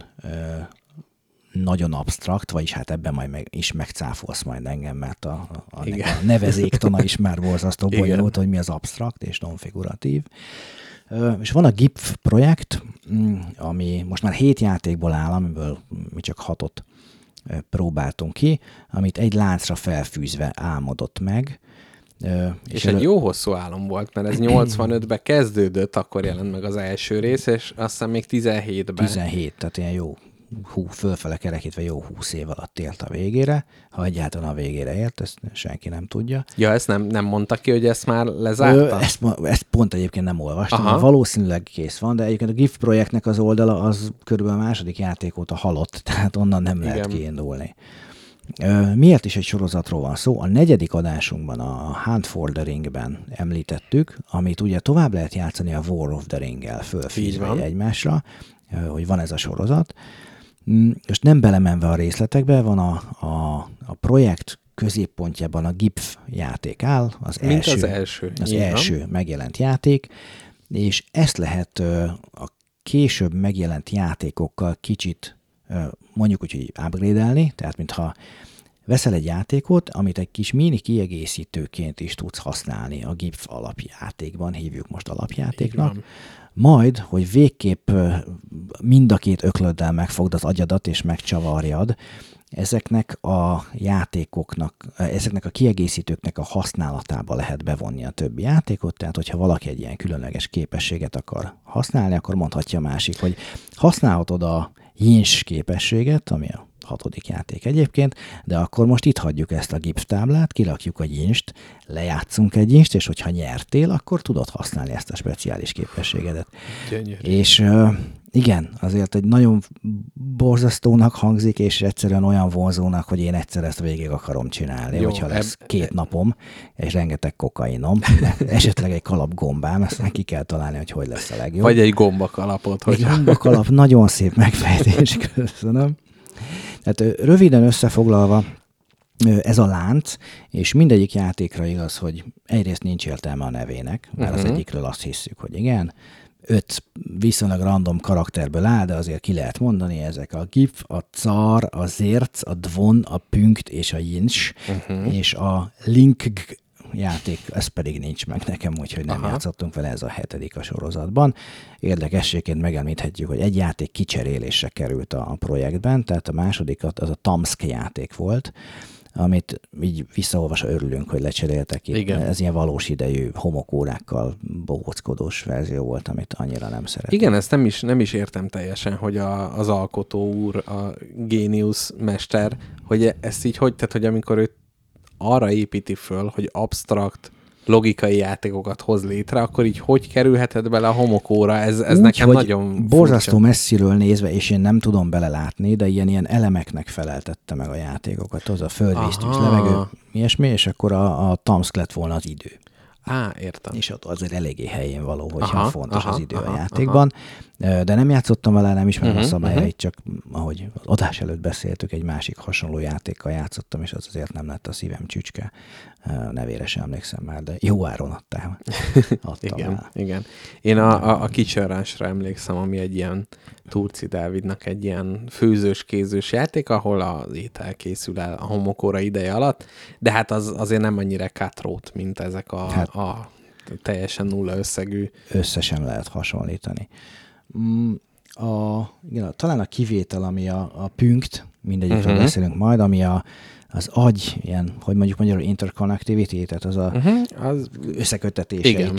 nagyon absztrakt, vagyis hát ebben majd meg, is megcáfolsz majd engem, mert a, a, a nevezéktona is már borzasztó bonyolult, hogy mi az absztrakt és non-figuratív. És van a GIF projekt, ami most már hét játékból áll, amiből mi csak hatot próbáltunk ki, amit egy láncra felfűzve álmodott meg. És, és egy elő... jó hosszú álom volt, mert ez nyolcvanötben kezdődött, akkor jelent meg az első rész, és aztán még tizenhétben. tizenhét, tehát ilyen jó hú, fölfele kerekítve jó húsz év alatt ért a végére. Ha egyáltalán a végére ért, ezt senki nem tudja. Ja, ezt nem, nem mondta ki, hogy ezt már lezárta? Ezt, ezt pont egyébként nem olvastam. Valószínűleg kész van, de egyébként a GIF projektnek az oldala az körülbelül a második játék óta halott, tehát onnan nem Igen. lehet kiindulni. Miért is egy sorozatról van szó? A negyedik adásunkban, a Hunt for the Ringben említettük, amit ugye tovább lehet játszani a War of the Ring-el fölfűzve egymásra, hogy van ez a sorozat. Most nem belemenve a részletekbe, van a, a, a projekt középpontjában a GIF játék áll, az Mint első, az első, az első megjelent játék, és ezt lehet a később megjelent játékokkal kicsit mondjuk úgy, hogy upgrade-elni, tehát mintha veszel egy játékot, amit egy kis mini kiegészítőként is tudsz használni a GIF alapjátékban, hívjuk most alapjátéknak, majd, hogy végképp mind a két öklöddel megfogd az agyadat és megcsavarjad, ezeknek a játékoknak, ezeknek a kiegészítőknek a használatába lehet bevonni a többi játékot, tehát hogyha valaki egy ilyen különleges képességet akar használni, akkor mondhatja a másik, hogy használhatod a Yinch képességet, ami a hatodik játék egyébként, de akkor most itt hagyjuk ezt a GIF táblát, kirakjuk a Yincht, lejátszunk egy Yincht, és hogyha nyertél, akkor tudod használni ezt a speciális képességedet. Gyönyörű. És uh, igen, azért egy nagyon borzasztónak hangzik, és egyszerűen olyan vonzónak, hogy én egyszer ezt végig akarom csinálni, Jó, hogyha lesz eb- két napom, és rengeteg kokainom, esetleg egy kalap gombám, ezt ki kell találni, hogy hogy lesz a legjobb. Vagy egy gombakalapot. Egy hogyha... gombakalap, nagyon szép megfejtés, köszönöm. Tehát röviden összefoglalva, ez a lánc, és mindegyik játékra igaz, hogy egyrészt nincs értelme a nevének, mert uh-huh. az egyikről azt hiszük, hogy igen, öt viszonylag random karakterből áll, de azért ki lehet mondani, ezek a GIF, a Car, a Zerc, a Dvon, a Pünkt és a Yinch, uh-huh. és a Link játék, ez pedig nincs meg nekem, úgyhogy nem Aha. játszottunk vele, ez a hetedik a sorozatban. Érdekességként megemlíthetjük, hogy egy játék kicserélésre került a projektben, tehát a második az a Tomsk játék volt, amit így visszaolvasva örülünk, hogy lecseréltek itt. Igen. Ez ilyen valós idejű homokórákkal bohóckodós verzió volt, amit annyira nem szeretem. Igen, ezt nem is, nem is értem teljesen, hogy a, az alkotó úr, a géniusz mester, hogy ezt így hogy, tehát hogy amikor ő arra építi föl, hogy absztrakt logikai játékokat hoz létre, akkor így hogy kerülheted bele a homokóra? Ez, ez Úgy, nekem nagyon borzasztó furcsa. Messziről nézve, és én nem tudom belelátni, de ilyen, ilyen elemeknek feleltette meg a játékokat. Az a földvíztűz, levegő, ilyesmi, és akkor a, a Tomsk lett volna az idő. Á, értem. És ott azért eléggé helyén való, hogyha aha, fontos aha, az idő aha, a játékban. Aha. De nem játszottam vele, nem ismerem uh-huh, a szabályait, uh-huh. csak ahogy az adás előtt beszéltük, egy másik hasonló játékkal játszottam, és az azért nem lett a szívem csücske. Nevére sem emlékszem már, de jó áron adtál. igen, igen. Én a, a, a kicsörrásra emlékszem, ami egy ilyen Turci Dávidnak egy ilyen főzős-kézős játék, ahol az étel készül el a homokóra ideje alatt, de hát az azért nem annyira cutthroat, mint ezek a, hát, a teljesen nulla összegű. Össze sem lehet hasonlítani. A, igen, talán a kivétel, ami a, a Pünkt, mindegyikről uh-huh. beszélünk majd, ami a az agy, ilyen, hogy mondjuk magyarul interconnectivity, tehát az a uh-huh. az összekötetéseit igen.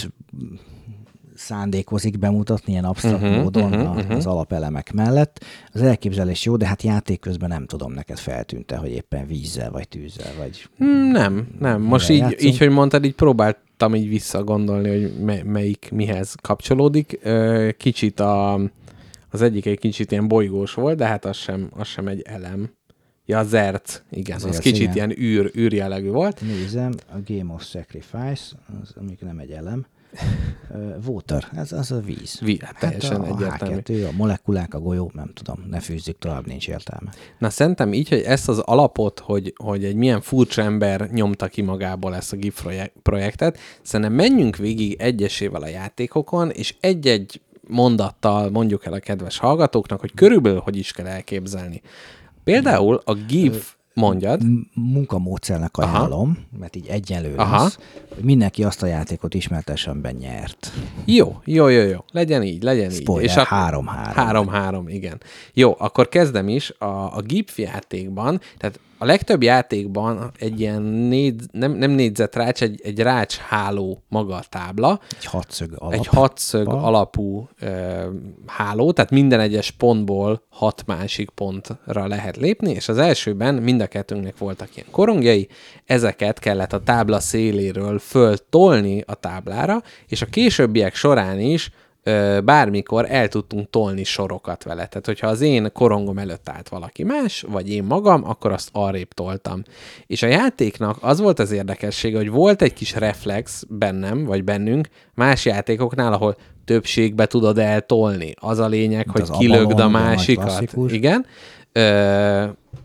szándékozik bemutatni ilyen absztrakt uh-huh, módon uh-huh, uh-huh. az alapelemek mellett. Az elképzelés jó, de hát játék közben nem tudom, neked feltűnte, hogy éppen vízzel, vagy tűzzel, vagy... Nem, nem. Most így, így, hogy mondtad, így próbáltam így visszagondolni, hogy me- melyik mihez kapcsolódik. Kicsit a, az egyik egy kicsit ilyen bolygós volt, de hát az sem, az sem egy elem. Ja, az Zerc, igen, az, az kicsit igen. ilyen űr, űrjellegű volt. Nézem, a Game of Sacrifice, az amik nem egy elem. Uh, water, ez az a víz. Víz, hát teljesen hát a, egyértelmű. A há kettő, a molekulák, a golyó, nem tudom, ne fűzzük tovább, nincs értelme. Na szerintem így, hogy ezt az alapot, hogy, hogy egy milyen furcsa ember nyomta ki magából ezt a GIF projektet, szerintem menjünk végig egyesével a játékokon, és egy-egy mondattal mondjuk el a kedves hallgatóknak, hogy körülbelül hogy is kell elképzelni. Például a GIF, mondjad. Munkamódszernek ajánlom, aha. mert így egyenlő lesz, hogy mindenki azt a játékot ismertesen amiben nyert. Jó, jó, jó, jó. Legyen így, legyen Spoiler, így. És három-három. Három-három, igen. Jó, akkor kezdem is. A, a GIF játékban, tehát a legtöbb játékban egy ilyen négy, nem, nem négyzetrács, egy, egy rácsháló maga a tábla. Egy hatszög alap. Egy hatszög alapú ö, háló, tehát minden egyes pontból hat másik pontra lehet lépni, és az elsőben mind a kettőnknek voltak ilyen korongjai, ezeket kellett a tábla széléről föltolni a táblára, és a későbbiek során is bármikor el tudtunk tolni sorokat vele. Tehát, hogyha az én korongom előtt állt valaki más, vagy én magam, akkor azt arrébb toltam. És a játéknak az volt az érdekessége, hogy volt egy kis reflex bennem, vagy bennünk, más játékoknál, ahol többségbe tudod eltolni. Az a lényeg, mint hogy kilögd a másikat. Igen. Ö,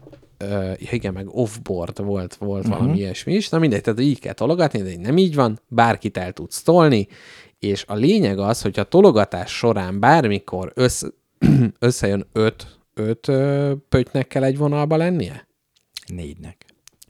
ö, igen, meg offboard volt, volt uh-huh. valami ilyesmi is. Na mindegy, tehát így kell tologatni, de nem így van. Bárkit el tudsz tolni, és a lényeg az, hogy a tologatás során bármikor össze, összejön öt, öt ö, pöttynek kell egy vonalba lennie? Négynek.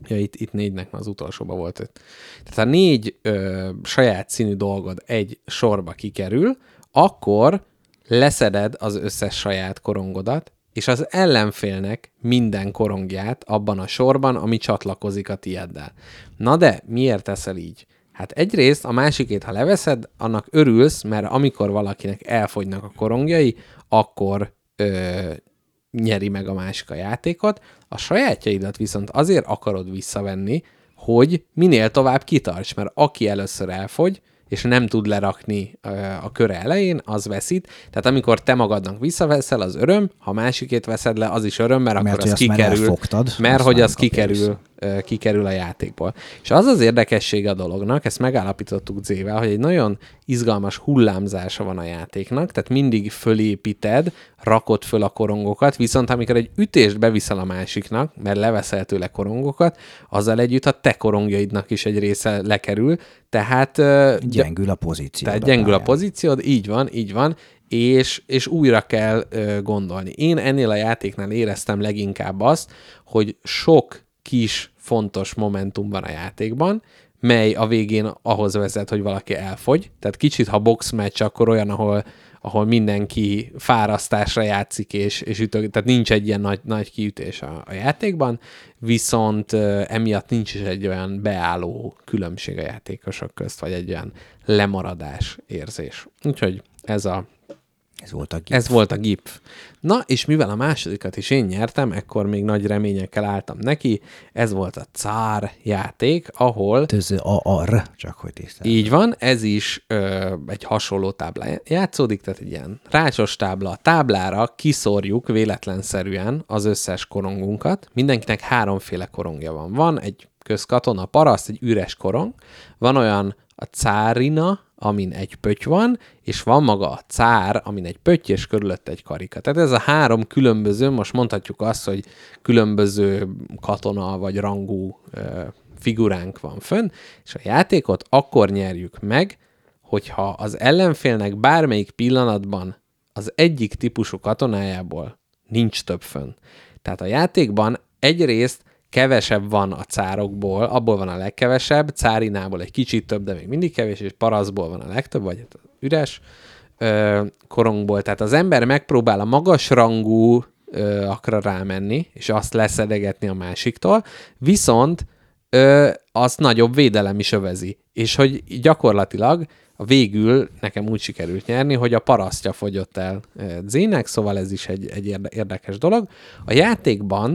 Ja, itt, itt négynek az utolsóban volt. Tehát ha négy ö, saját színű dolgod egy sorba kikerül, akkor leszeded az összes saját korongodat, és az ellenfélnek minden korongját abban a sorban, ami csatlakozik a tieddel. Na de, miért teszel így? Hát egyrészt a másikét, ha leveszed, annak örülsz, mert amikor valakinek elfogynak a korongjai, akkor ö, nyeri meg a másik a játékot. A sajátjaidat viszont azért akarod visszavenni, hogy minél tovább kitarts, mert aki először elfogy, és nem tud lerakni a kör elején, az veszít. Tehát amikor te magadnak visszaveszel, az öröm, ha másikét veszed le, az is öröm, mert, mert akkor az kikerül. Elfogtad, mert hogy az kikerül, kikerül a játékból. És az az érdekessége a dolognak, ezt megállapítottuk Zével, hogy egy nagyon izgalmas hullámzása van a játéknak, tehát mindig fölépíted, rakod föl a korongokat, viszont amikor egy ütést beviszel a másiknak, mert leveszel tőle korongokat, azzal együtt a te korongjaidnak is egy része lekerül, tehát... Gyengül a pozíciód. Tehát gyengül a pozíciód, így van, így van, és, és újra kell ö, gondolni. Én ennél a játéknál éreztem leginkább azt, hogy sok kis fontos momentum van a játékban, mely a végén ahhoz vezet, hogy valaki elfogy. Tehát kicsit, ha boxmatch, akkor olyan, ahol, ahol mindenki fárasztásra játszik, és, és ütök, tehát nincs egy ilyen nagy, nagy kiütés a, a játékban, viszont uh, emiatt nincs is egy olyan beálló különbség a játékosok közt, vagy egy olyan lemaradás érzés. Úgyhogy ez a Ez volt a gip. Ez volt a gip. Na, és mivel a másodikat is én nyertem, ekkor még nagy reményekkel álltam neki, ez volt a Cár játék, ahol... Töző a ar, csak hogy tisztán. Így van, ez is ö, egy hasonló táblán játszódik, tehát egy ilyen rácsos tábla. A táblára kiszórjuk véletlenszerűen az összes korongunkat. Mindenkinek háromféle korongja van. Van egy közkatona paraszt, egy üres korong, van olyan a cárina, amin egy pötty van, és van maga a cár, amin egy pötty, és körülött egy karika. Tehát ez a három különböző, most mondhatjuk azt, hogy különböző katona vagy rangú ö, figuránk van fönn, és a játékot akkor nyerjük meg, hogyha az ellenfélnek bármelyik pillanatban az egyik típusú katonájából nincs több fönn. Tehát a játékban egyrészt kevesebb van a cárokból, abból van a legkevesebb, cárinából egy kicsit több, de még mindig kevés, és parasztból van a legtöbb, vagy üres ö, korongból. Tehát az ember megpróbál a magas rangú ö, akra rámenni, és azt leszedegetni a másiktól, viszont ö, azt nagyobb védelem is övezi. És hogy gyakorlatilag a végül nekem úgy sikerült nyerni, hogy a parasztja fogyott el Zének, szóval ez is egy, egy érdekes dolog. A játékban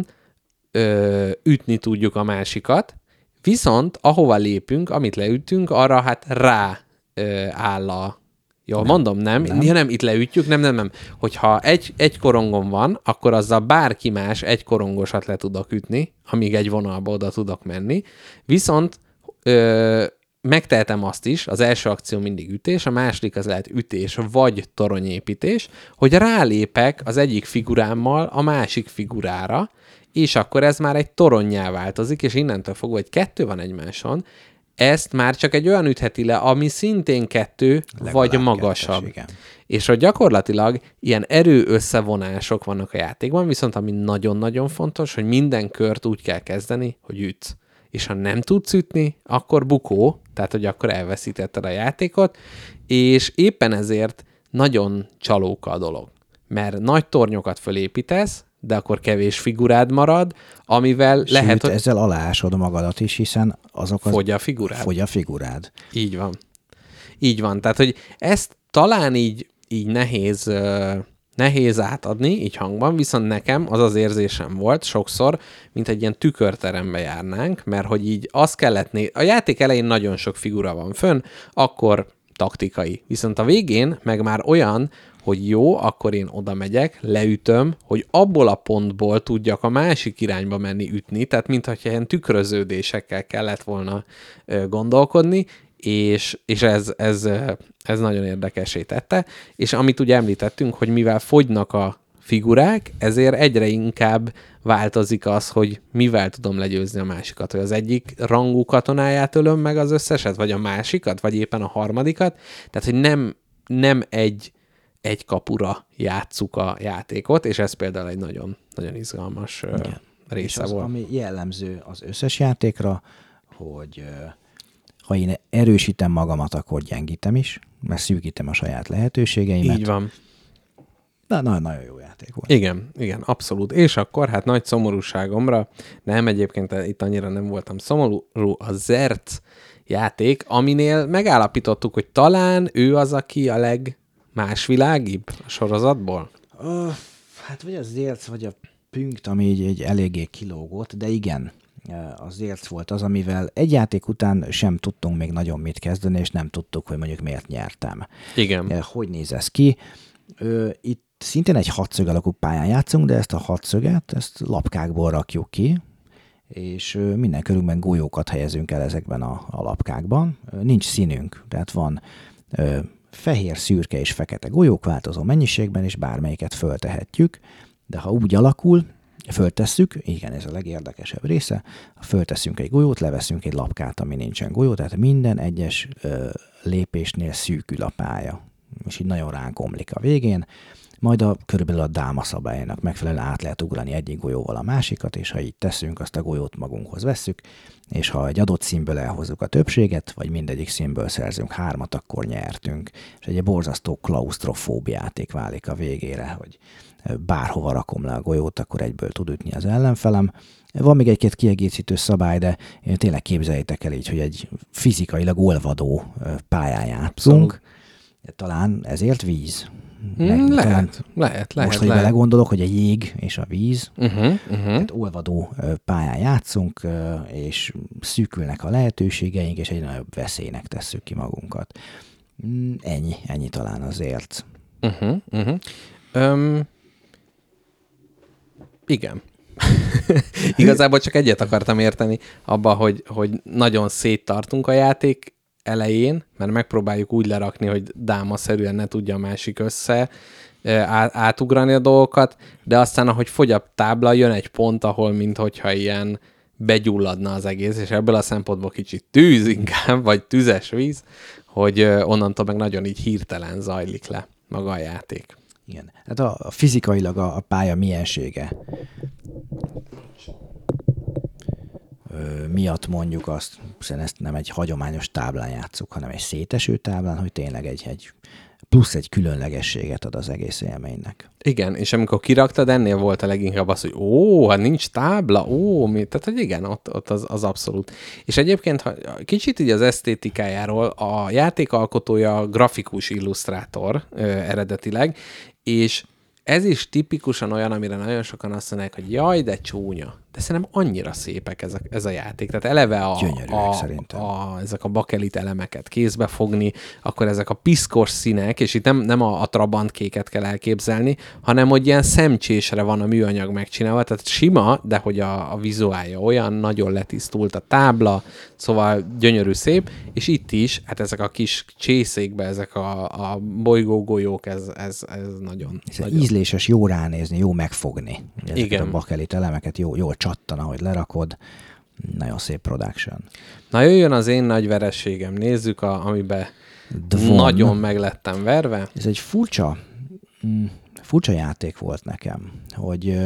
Ö, ütni tudjuk a másikat, viszont ahova lépünk, amit leütünk, arra hát rá ö, áll a... Jól nem, mondom, nem? Nem. Ja, nem, itt leütjük, nem, nem, nem. Hogyha egy, egy korongon van, akkor azzal bárki más egy korongosat le tudok ütni, amíg egy vonalba oda tudok menni, viszont ö, megtehetem azt is, az első akció mindig ütés, a második az lehet ütés vagy toronyépítés, hogy rálépek az egyik figurámmal a másik figurára, és akkor ez már egy toronnyá változik, és innentől fogva, hogy kettő van egymáson, ezt már csak egy olyan ütheti le, ami szintén kettő, legalább vagy magasabb. Kettes, és hogy gyakorlatilag ilyen erő összevonások vannak a játékban, viszont ami nagyon-nagyon fontos, hogy minden kört úgy kell kezdeni, hogy ütsz. És ha nem tudsz ütni, akkor bukó, tehát hogy akkor elveszítetted a játékot, és éppen ezért nagyon csalóka a dolog. Mert nagy tornyokat fölépítesz, de akkor kevés figurád marad, amivel Sőt, lehet, hogy... ezzel aláásod magadat is, hiszen azok az... Fogy a figurád. Fogy a figurád. Így van. Így van. Tehát, hogy ezt talán így, így nehéz, uh, nehéz átadni, így hangban, viszont nekem az az érzésem volt sokszor, mint egy ilyen tükörterembe járnánk, mert hogy így azt kellett... Né- a játék elején nagyon sok figura van fönn, akkor taktikai. Viszont a végén meg már olyan, hogy jó, akkor én oda megyek, leütöm, hogy abból a pontból tudjak a másik irányba menni ütni, tehát mintha ilyen tükröződésekkel kellett volna ö, gondolkodni, és, és ez, ez, ez nagyon érdekessé tette. És amit ugye említettünk, hogy mivel fogynak a figurák, ezért egyre inkább változik az, hogy mivel tudom legyőzni a másikat, hogy az egyik rangú katonáját ölöm meg az összeset, vagy a másikat, vagy éppen a harmadikat. Tehát, hogy nem, nem egy egy kapura játsszuk a játékot, és ez például egy nagyon, nagyon izgalmas Igen. része az, volt. ami jellemző az összes játékra, hogy ha én erősítem magamat, akkor gyengítem is, mert szűkítem a saját lehetőségeimet. Így van. De nagyon-nagyon jó játék volt. Igen, igen, abszolút. És akkor hát nagy szomorúságomra, nem egyébként itt annyira nem voltam szomorú, a Zerc játék, aminél megállapítottuk, hogy talán ő az, aki a legmásvilágibb a sorozatból. Uh, hát vagy a Zerc, vagy a Pünkt, ami így, így eléggé kilógott, de igen, a Zerc volt az, amivel egy játék után sem tudtunk még nagyon mit kezdeni, és nem tudtuk, hogy mondjuk miért nyertem. Igen. Hogy néz ez ki? Itt szintén egy hatszög alakú pályán játszunk, de ezt a hatszöget, ezt lapkákból rakjuk ki, és minden körünkben golyókat helyezünk el ezekben a, a lapkákban. Nincs színünk, tehát van ö, fehér, szürke és fekete golyók változó mennyiségben, és bármelyiket föltehetjük, de ha úgy alakul, föltesszük, igen, ez a legérdekesebb része, ha fölteszünk egy golyót, leveszünk egy lapkát, ami nincsen golyó, tehát minden egyes ö, lépésnél szűkül a pálya, és így nagyon ránk omlik a végén, majd a körülbelül a dáma szabályának megfelelően át lehet ugrani egyik golyóval a másikat, és ha így teszünk, azt a golyót magunkhoz vesszük, és ha egy adott színből elhozzuk a többséget, vagy mindegyik színből szerzünk hármat, akkor nyertünk. És egy borzasztó klausztrofób játék válik a végére, hogy bárhova rakom le a golyót, akkor egyből tud ütni az ellenfelem. Van még egy-két kiegészítő szabály, de tényleg képzeljétek el így, hogy egy fizikailag olvadó pályán játszunk. Talán ezért víz. Meg, lehet, lehet, lehet. Most, hogy lehet. belegondolok, hogy a jég és a víz, uh-huh, uh-huh. tehát olvadó pályán játszunk, és szűkülnek a lehetőségeink, és egy nagyobb veszélynek tesszük ki magunkat. Ennyi, ennyi talán azért. Uh-huh, uh-huh. Um, igen. Igazából csak egyet akartam érteni abba, hogy, hogy nagyon széttartunk a játék elején, mert megpróbáljuk úgy lerakni, hogy dámaszerűen ne tudja a másik össze átugrani a dolgokat, de aztán, ahogy fogy a tábla, jön egy pont, ahol minthogyha ilyen begyulladna az egész, és ebből a szempontból kicsit tűz inkább, vagy tüzes víz, hogy onnantól meg nagyon így hirtelen zajlik le maga a játék. Igen. Hát a, a fizikailag a, a pálya miensége miatt mondjuk azt, hiszen ezt nem egy hagyományos táblán játszuk, hanem egy széteső táblán, hogy tényleg egy, egy plusz egy különlegességet ad az egész élménynek. Igen, és amikor kiraktad, ennél volt a leginkább az, hogy ó, hát nincs tábla, ó, mi? Tehát, hogy igen, ott, ott az, az abszolút. És egyébként, ha kicsit így az esztétikájáról, a játékalkotója grafikus illusztrátor ö, eredetileg, és ez is tipikusan olyan, amire nagyon sokan azt mondják, hogy jaj, de csúnya. De szerintem annyira szépek ez a, ez a játék. Tehát eleve a, a, a, ezek a bakelit elemeket kézbe fogni, akkor ezek a piszkos színek, és itt nem, nem a, a trabantkéket kell elképzelni, hanem hogy ilyen szemcsésre van a műanyag megcsinálva, tehát sima, de hogy a, a vizuálja olyan, nagyon letisztult a tábla, szóval gyönyörű szép, és itt is, hát ezek a kis csészékbe, ezek a, a bolygógolyók, ez, ez, ez nagyon, ez nagyon... ízléses, jó ránézni, jó megfogni. Ezeket igen. A bakelit elemeket jó, jól csattan, ahogy lerakod. Nagyon szép production. Na jöjjön az én nagy vereségem. Nézzük, a, amiben Dvon. Nagyon meg lettem verve. Ez egy furcsa, furcsa játék volt nekem, hogy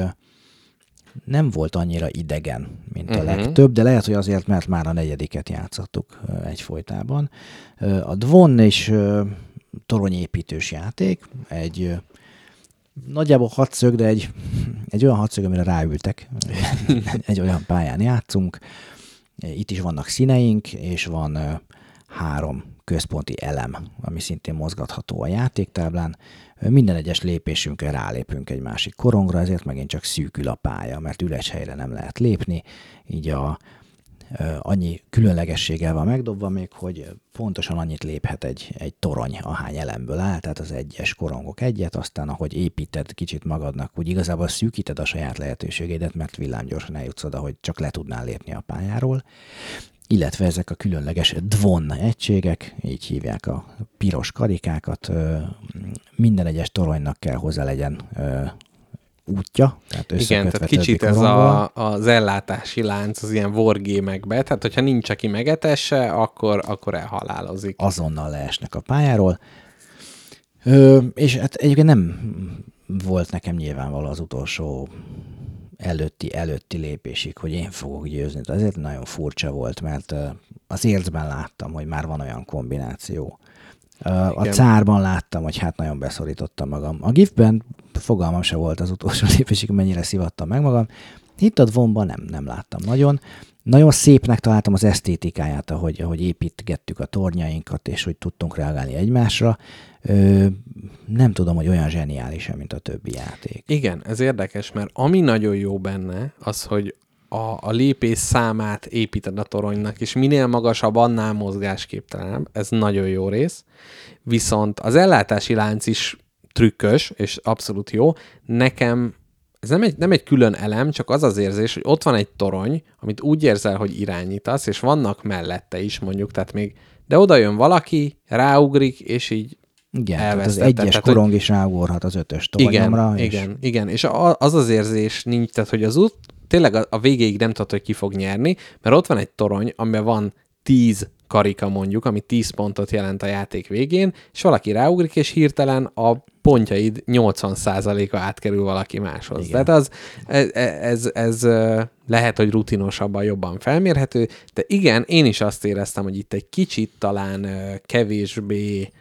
nem volt annyira idegen, mint a uh-huh. legtöbb, de lehet, hogy azért, mert már a negyediket játszottuk egyfolytában. A Dvon is toronyépítős játék, egy nagyjából hatszög, de egy, egy olyan hatszög, amire ráültek. Egy olyan pályán játszunk. Itt is vannak színeink, és van három központi elem, ami szintén mozgatható a játéktáblán. Minden egyes lépésünkre rálépünk egy másik korongra, ezért megint csak szűkül a pálya, mert üres helyre nem lehet lépni. Így a annyi különlegességgel van megdobva még, hogy pontosan annyit léphet egy, egy torony, ahány elemből áll, tehát az egyes korongok egyet, aztán ahogy építed kicsit magadnak, úgy igazából szűkíted a saját lehetőségeidet, mert villámgyorsan eljutsz oda, hogy csak le tudnál lépni a pályáról, illetve ezek a különleges Dvon egységek, így hívják a piros karikákat, minden egyes toronynak kell hozzá legyen útja, tehát igen, tehát kicsit ez a, az ellátási lánc az ilyen wargame-ekbe, tehát hogyha nincs, aki megetesse, akkor, akkor elhalálozik. Azonnal leesnek a pályáról, Ö, és hát egyébként nem volt nekem nyilvánvaló az utolsó előtti, előtti lépésig, hogy én fogok győzni. De ezért nagyon furcsa volt, mert az ércben láttam, hogy már van olyan kombináció. A Igen. cárban láttam, hogy hát nagyon beszorítottam magam. A gifben fogalmam se volt az utolsó lépésig, mennyire szivattam meg magam. Itt a vonban nem, nem láttam nagyon. Nagyon szépnek találtam az esztétikáját, ahogy, ahogy építgettük a tornyainkat, és hogy tudtunk reagálni egymásra. Ö, nem tudom, hogy olyan zseniális, mint a többi játék. Igen, ez érdekes, mert ami nagyon jó benne, az, hogy a, a lépés számát építed a toronynak, és minél magasabb, annál mozgásképtelenebb. Ez nagyon jó rész. Viszont az ellátási lánc is trükkös, és abszolút jó. Nekem ez nem egy, nem egy külön elem, csak az az érzés, hogy ott van egy torony, amit úgy érzel, hogy irányítasz, és vannak mellette is mondjuk, tehát még, de oda jön valaki, ráugrik, és így igen, tehát az elvesztette. egyes Tehát, korong hogy... is ráugorhat az ötös toronyomra. Igen, és... igen, igen, és az az érzés nincs, tehát hogy az út, tényleg a, a végéig nem tudod, hogy ki fog nyerni, mert ott van egy torony, amiben van tíz karika mondjuk, ami tíz pontot jelent a játék végén, és valaki ráugrik, és hirtelen a pontjaid nyolcvan százaléka átkerül valaki máshoz. Igen. Tehát az, ez, ez, ez lehet, hogy rutinosabban jobban felmérhető, de igen, én is azt éreztem, hogy itt egy kicsit talán kevésbé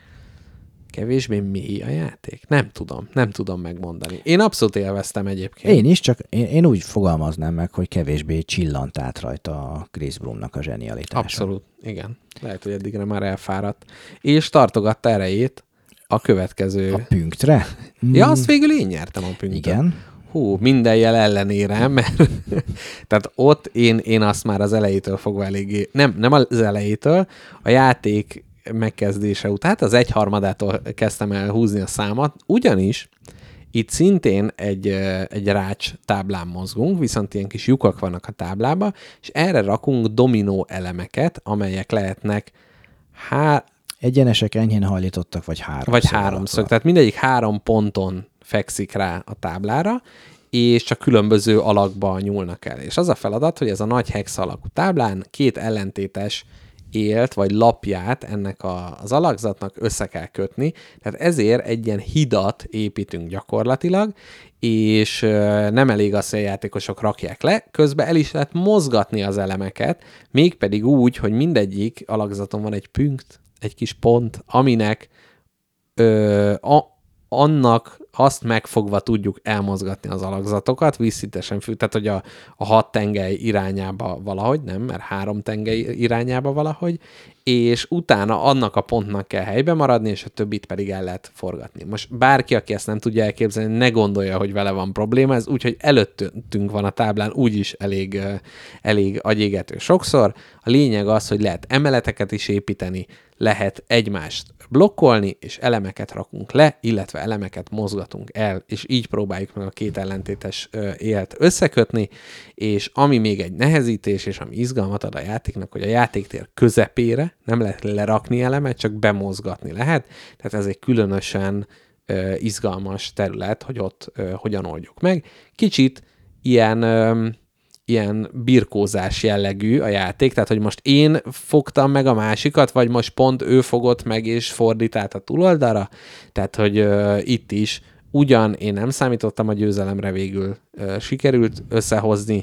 kevésbé mély a játék? Nem tudom, nem tudom megmondani. Én abszolút élveztem egyébként. Én is, csak én, én úgy fogalmaznám meg, hogy kevésbé csillant át rajta a Chris Broomnak a zsenialitása. Abszolút, igen. Lehet, hogy eddigre már elfáradt. És tartogatta erejét a következő... A pünktre? Ja, azt végül én nyertem a pünktre. Igen. Hú, minden jel ellenére, mert tehát ott én, én azt már az elejétől fogva eléggé... Nem, nem az elejétől, a játék megkezdése után, hát az egyharmadától kezdtem el húzni a számat, ugyanis itt szintén egy, egy rács táblán mozgunk, viszont ilyen kis lyukak vannak a táblába, és erre rakunk dominó elemeket, amelyek lehetnek há... egyenesek, enyhén hajlítottak, vagy háromszög. Vagy háromszög, tehát mindegyik három ponton fekszik rá a táblára, és csak különböző alakba nyúlnak el. És az a feladat, hogy ez a nagy hex alakú táblán két ellentétes élt, vagy lapját ennek a, az alakzatnak össze kell kötni, tehát ezért egy ilyen hidat építünk gyakorlatilag, és nem elég az, hogy a játékosok rakják le, közben el is lehet mozgatni az elemeket, mégpedig úgy, hogy mindegyik alakzaton van egy pünkt, egy kis pont, aminek ö, a, annak azt megfogva tudjuk elmozgatni az alakzatokat, vízszintesen fű, tehát hogy a, a hat tengely irányába valahogy, nem, mert három tengely irányába valahogy, és utána annak a pontnak kell helybe maradni, és a többit pedig el lehet forgatni. Most bárki, aki ezt nem tudja elképzelni, ne gondolja, hogy vele van probléma, ez úgy, hogy előttünk van a táblán, úgyis elég, elég agyégető sokszor. A lényeg az, hogy lehet emeleteket is építeni, lehet egymást blokkolni, és elemeket rakunk le, illetve elemeket mozgatunk el, és így próbáljuk meg a két ellentétes élt összekötni, és ami még egy nehezítés, és ami izgalmat ad a játéknak, hogy a játéktér közepére nem lehet lerakni elemet, csak bemozgatni lehet, tehát ez egy különösen ö, izgalmas terület, hogy ott ö, hogyan oldjuk meg. Kicsit ilyen... Ö, ilyen birkózás jellegű a játék, tehát hogy most én fogtam meg a másikat, vagy most pont ő fogott meg és fordítált a túloldalra, tehát hogy uh, itt is ugyan én nem számítottam a győzelemre, végül uh, sikerült összehozni.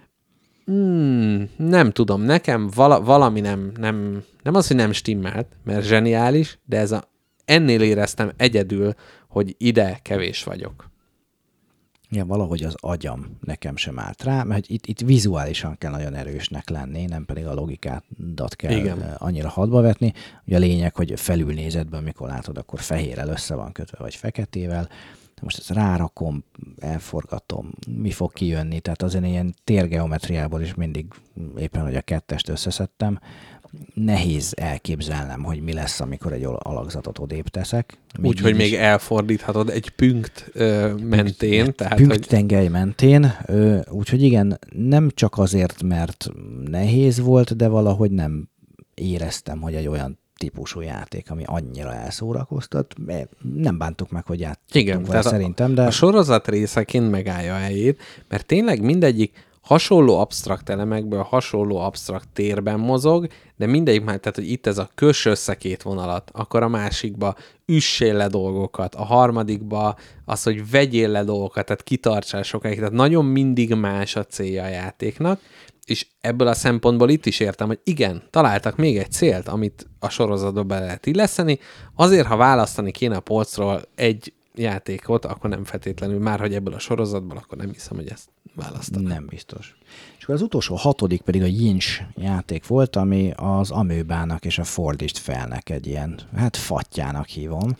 Hmm, nem tudom, nekem vala, valami nem, nem, nem az, hogy nem stimmelt, mert zseniális, de ez a, ennél éreztem egyedül, hogy ide kevés vagyok. Ja, valahogy az agyam nekem sem állt rá, mert itt, itt vizuálisan kell nagyon erősnek lenni, nem pedig a logikádat kell Igen. annyira hadba vetni. Ugye a lényeg, hogy felülnézetben, amikor látod, akkor fehérrel össze van kötve, vagy feketével. Most ezt rárakom, elforgatom, mi fog kijönni, tehát azért ilyen térgeometriából is mindig éppen, hogy a kettest összeszedtem. Nehéz elképzelnem, hogy mi lesz, amikor egy alakzatot odébb teszek. Úgyhogy még elfordíthatod egy pünkt ö, mentén. Pünkt, tehát, pünkt hogy... tengely mentén. Úgyhogy igen, nem csak azért, mert nehéz volt, de valahogy nem éreztem, hogy egy olyan típusú játék, ami annyira elszórakoztat. Nem bántuk meg, hogy játszottunk igen, vele szerintem, de... A sorozat részeként megállja a helyét, mert tényleg mindegyik hasonló absztrakt elemekből, hasonló absztrakt térben mozog, de mindegyik már, tehát, hogy itt ez a kös össze két vonalat, akkor a másikba üssél le dolgokat, a harmadikba az, hogy vegyél le dolgokat, tehát kitartsál sokáig, tehát nagyon mindig más a célja a játéknak, és ebből a szempontból itt is értem, hogy igen, találtak még egy célt, amit a sorozatba be lehet illeszteni, azért, ha választani kéne a polcról egy játékot, akkor nem feltétlenül már, hogy ebből a sorozatból, akkor nem hiszem, hogy ezt választanak. Nem biztos. És akkor az utolsó hatodik pedig a Jinx játék volt, ami az Amöbának és a Fordist felnek egy ilyen, hát fattyának hívom.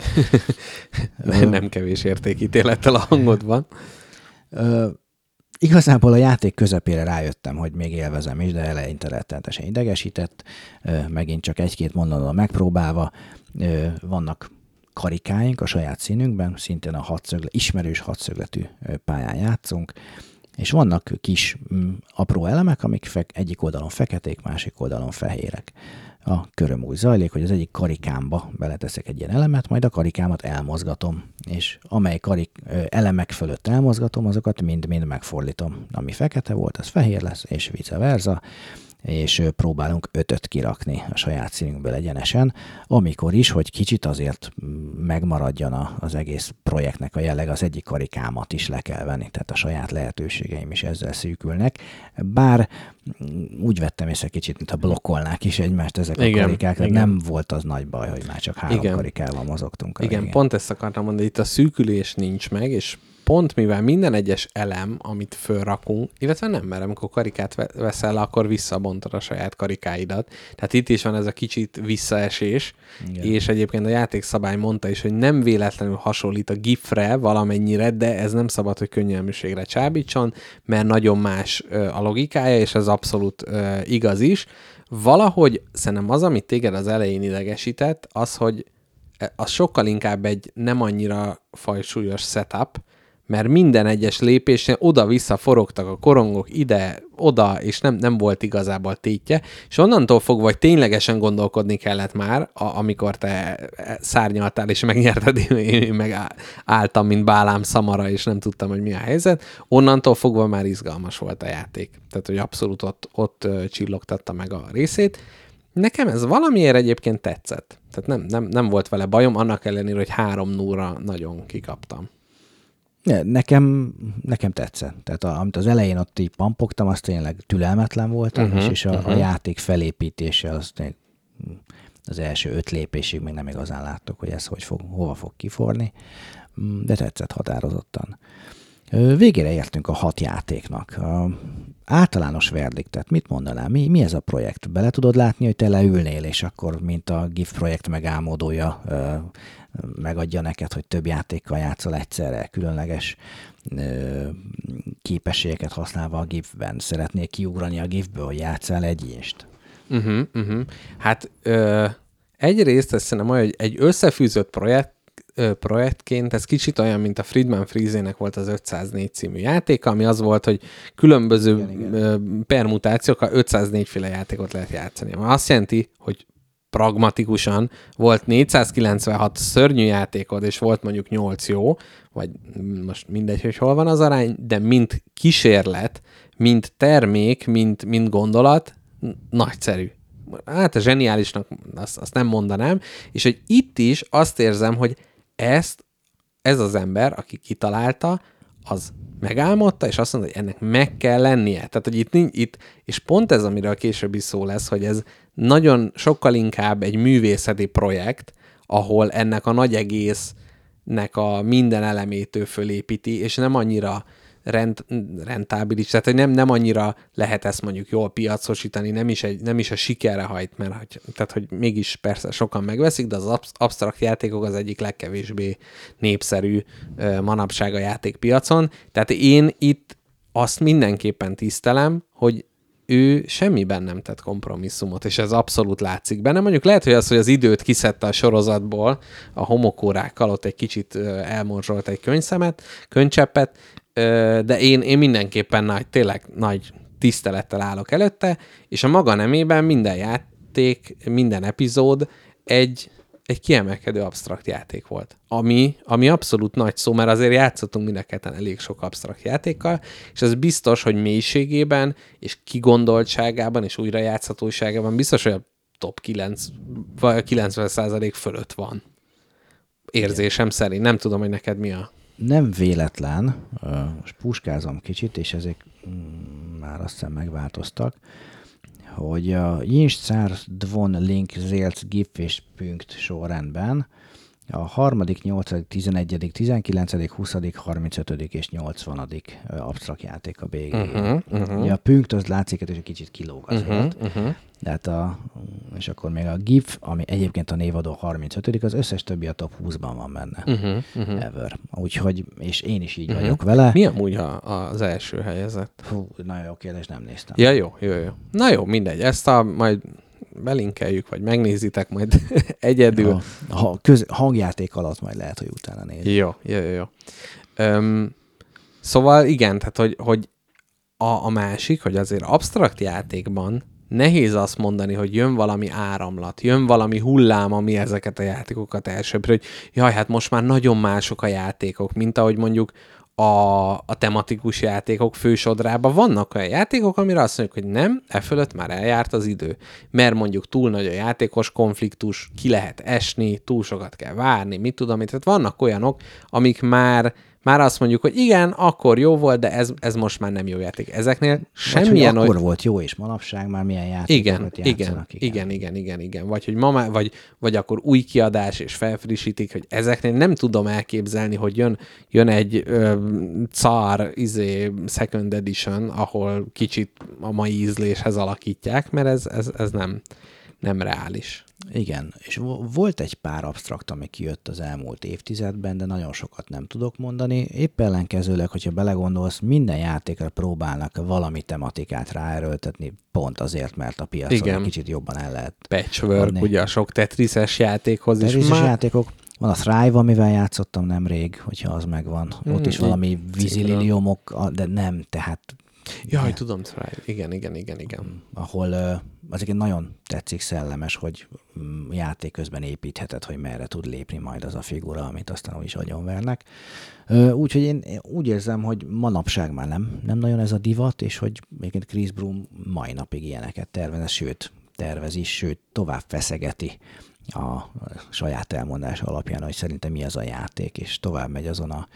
Nem kevés értékítélettel a hangodban. Ö, igazából a játék közepére rájöttem, hogy még élvezem is, de eleinte rettenetesen idegesített. Ö, megint csak egy-két mondatot megpróbálva. Ö, vannak karikáink a saját színünkben, szintén a hatszöglet, ismerős hatszögletű pályán játszunk, és vannak kis m, apró elemek, amik fe, egyik oldalon feketék, másik oldalon fehérek. A köröm úgy zajlik, hogy az egyik karikámba beleteszek egy ilyen elemet, majd a karikámat elmozgatom, és amely karik, ö, elemek fölött elmozgatom, azokat mind-mind megfordítom. Ami fekete volt, az fehér lesz, és vice versa, és próbálunk ötöt kirakni a saját színünkből egyenesen, amikor is, hogy kicsit azért megmaradjon az egész projektnek a jelleg, az egyik karikámat is le kell venni, tehát a saját lehetőségeim is ezzel szűkülnek. Bár úgy vettem észre kicsit, mintha blokkolnák is egymást ezek a igen, karikák, igen. Nem volt az nagy baj, hogy már csak három igen. karikával mozogtunk. Igen, végén. Pont ezt akartam mondani, itt a szűkülés nincs meg, és pont mivel minden egyes elem, amit fölrakunk, illetve nem, mert amikor karikát veszel, akkor visszabontod a saját karikáidat. Tehát itt is van ez a kicsit visszaesés, igen. És egyébként a játékszabály mondta is, hogy nem véletlenül hasonlít a gifre valamennyire, de ez nem szabad, hogy könnyelműségre csábítson, mert nagyon más a logikája, és ez abszolút igaz is. Valahogy szerintem az, amit téged az elején idegesített, az, hogy az sokkal inkább egy nem annyira fajsúlyos setup, mert minden egyes lépésnél oda-vissza forogtak a korongok ide-oda, és nem, nem volt igazából tétje, és onnantól fogva, hogy ténylegesen gondolkodni kellett már, a, amikor te szárnyaltál és megnyerted, én meg álltam, mint Bálám szamara, és nem tudtam, hogy mi a helyzet, onnantól fogva már izgalmas volt a játék. Tehát, hogy abszolút ott, ott csillogtatta meg a részét. Nekem ez valamiért egyébként tetszett. Tehát nem, nem, nem volt vele bajom, annak ellenére, hogy három nulla nagyon kikaptam. Nekem, nekem tetszett. Tehát a, amit az elején ott így pampogtam, az tényleg türelmetlen voltam, uh-huh, és, és a, uh-huh. a játék felépítése az az első öt lépésig még nem igazán láttuk, hogy ez hogy fog, hova fog kiforni, de tetszett határozottan. Végére értünk a hat játéknak. A általános verdiktet mit mondanál? Mi, mi ez a projekt? Bele tudod látni, hogy te leülnél, és akkor, mint a GIF projekt megálmodója, megadja neked, hogy több játékkal játszol egyszerre, különleges képességeket használva a GIF-ben. Szeretnél kiugrani a GIF-ből, hogy játsszál egy inst? Uh-huh, uh-huh. Hát ö, egyrészt ez szerintem olyan, hogy egy összefűzött projekt, projektként ez kicsit olyan, mint a Friedman Freeze-nek volt az ötszáznégy című játéka, ami az volt, hogy különböző igen, igen. permutációkkal ötszáznégy féle játékot lehet játszani. Ami azt jelenti, hogy pragmatikusan volt négyszázkilencvenhat szörnyű játékod, és volt mondjuk nyolc jó, vagy most mindegy, hogy hol van az arány, de mint kísérlet, mint termék, mint, mint gondolat, nagyszerű. Hát a zseniálisnak azt, azt nem mondanám, és hogy itt is azt érzem, hogy ezt, ez az ember, aki kitalálta, az megálmodta, és azt mondta, hogy ennek meg kell lennie. Tehát, hogy itt, itt és pont ez, amiről később is szó lesz, hogy ez nagyon sokkal inkább egy művészeti projekt, ahol ennek a nagy egésznek a minden elemétől fölépíti, és nem annyira rent, rentábilis, tehát hogy nem, nem annyira lehet ezt mondjuk jól piacosítani, nem is, egy, nem is a sikerre hajt, mert hogy, tehát, hogy mégis persze sokan megveszik, de az absztrakt játékok az egyik legkevésbé népszerű manapság a játékpiacon. Tehát én itt azt mindenképpen tisztelem, hogy ő semmiben nem tett kompromisszumot, és ez abszolút látszik benne. Mondjuk lehet, hogy az, hogy az időt kiszedte a sorozatból, a homokórákkal, ott egy kicsit elmorzsolt egy könyvszemet, könycseppet, de én, én mindenképpen nagy, tényleg nagy tisztelettel állok előtte, és a maga nemében minden játék, minden epizód egy, egy kiemelkedő absztrakt játék volt. Ami, ami abszolút nagy szó, mert azért játszottunk mind a ketten elég sok absztrakt játékkal, és ez biztos, hogy mélységében, és kigondoltságában, és újrajátszhatóságában biztos, hogy a top kilenc, vagy kilencven százalék fölött van. Érzésem igen. szerint. Nem tudom, hogy neked mi a... Nem véletlen, most puskázom kicsit, és ezek már azt hiszem megváltoztak, hogy a Jinszár Dvon Link Zélt Gif és Punkt sorrendben a harmadik, nyolcadik, tizenegyedik, tizenkilencedik, huszadik, harmincötödik és nyolcvanadik absztrakt játék a bé gé. Uh-huh, uh-huh. Ugye a Punkt az látszik, hogy egy kicsit kilóg azért. Uh-huh, uh-huh. De hát a, és akkor még a Gif, ami egyébként a névadó harmincötödik, az összes többi a top húszban van benne. Uh-huh, uh-huh. Ever. Úgyhogy, és én is így uh-huh. vagyok vele. Mi amúgy a, az első helyezett? Hú, nagyon jó kérdés, nem néztem. Ja, jó, jó, jó. Na jó, mindegy. Ezt a majd belinkeljük, vagy megnézitek majd egyedül. A, a köz, hangjáték alatt majd lehet, hogy utána nézzük. Jó, jó, jó. jó. Öm, szóval igen, tehát hogy, hogy a, a másik, hogy azért absztrakt játékban nehéz azt mondani, hogy jön valami áramlat, jön valami hullám, ami ezeket a játékokat elsöpri, hogy jaj, hát most már nagyon mások a játékok, mint ahogy mondjuk a, a tematikus játékok fősodrában vannak olyan játékok, amire azt mondjuk, hogy nem, e fölött már eljárt az idő. Mert mondjuk túl nagy a játékos konfliktus, ki lehet esni, túl sokat kell várni, mit tudom én. Tehát vannak olyanok, amik már Már azt mondjuk, hogy igen, akkor jó volt, de ez, ez most már nem jó játék. Ezeknél semmilyen... Vagy, akkor volt jó, és manapság már milyen játékokat igen, játszanak. Igen, igen, igen, igen, igen. Vagy, hogy ma már, vagy, vagy akkor új kiadás, és felfrissítik, hogy ezeknél nem tudom elképzelni, hogy jön, jön egy ö, cár izé, second edition, ahol kicsit a mai ízléshez alakítják, mert ez, ez, ez nem, nem reális. Igen, és volt egy pár absztrakt, ami kijött az elmúlt évtizedben, de nagyon sokat nem tudok mondani. Épp ellenkezőleg, hogyha belegondolsz, minden játékra próbálnak valami tematikát ráerőltetni, pont azért, mert a piacon igen. egy kicsit jobban el lehet Patchwork, adni. Ugye a sok Tetrises játékhoz is Tetrises már... játékok. Van a Thrive, amivel játszottam nemrég, hogyha az megvan. Hmm, Ott is valami vízililiomok, de nem, tehát... Jaj, ja. tudom, Thrive. Igen, igen, igen, igen. Ahol uh, azért nagyon tetszik, szellemes, hogy um, játék közben építheted, hogy merre tud lépni majd az a figura, amit aztán úgy is agyonvernek. Uh, Úgyhogy én úgy érzem, hogy manapság már nem, nem nagyon ez a divat, és hogy még Chris Broom mai napig ilyeneket tervez, sőt, tervez is, sőt, tovább feszegeti a saját elmondása alapján, hogy szerintem mi az a játék, és tovább megy azon a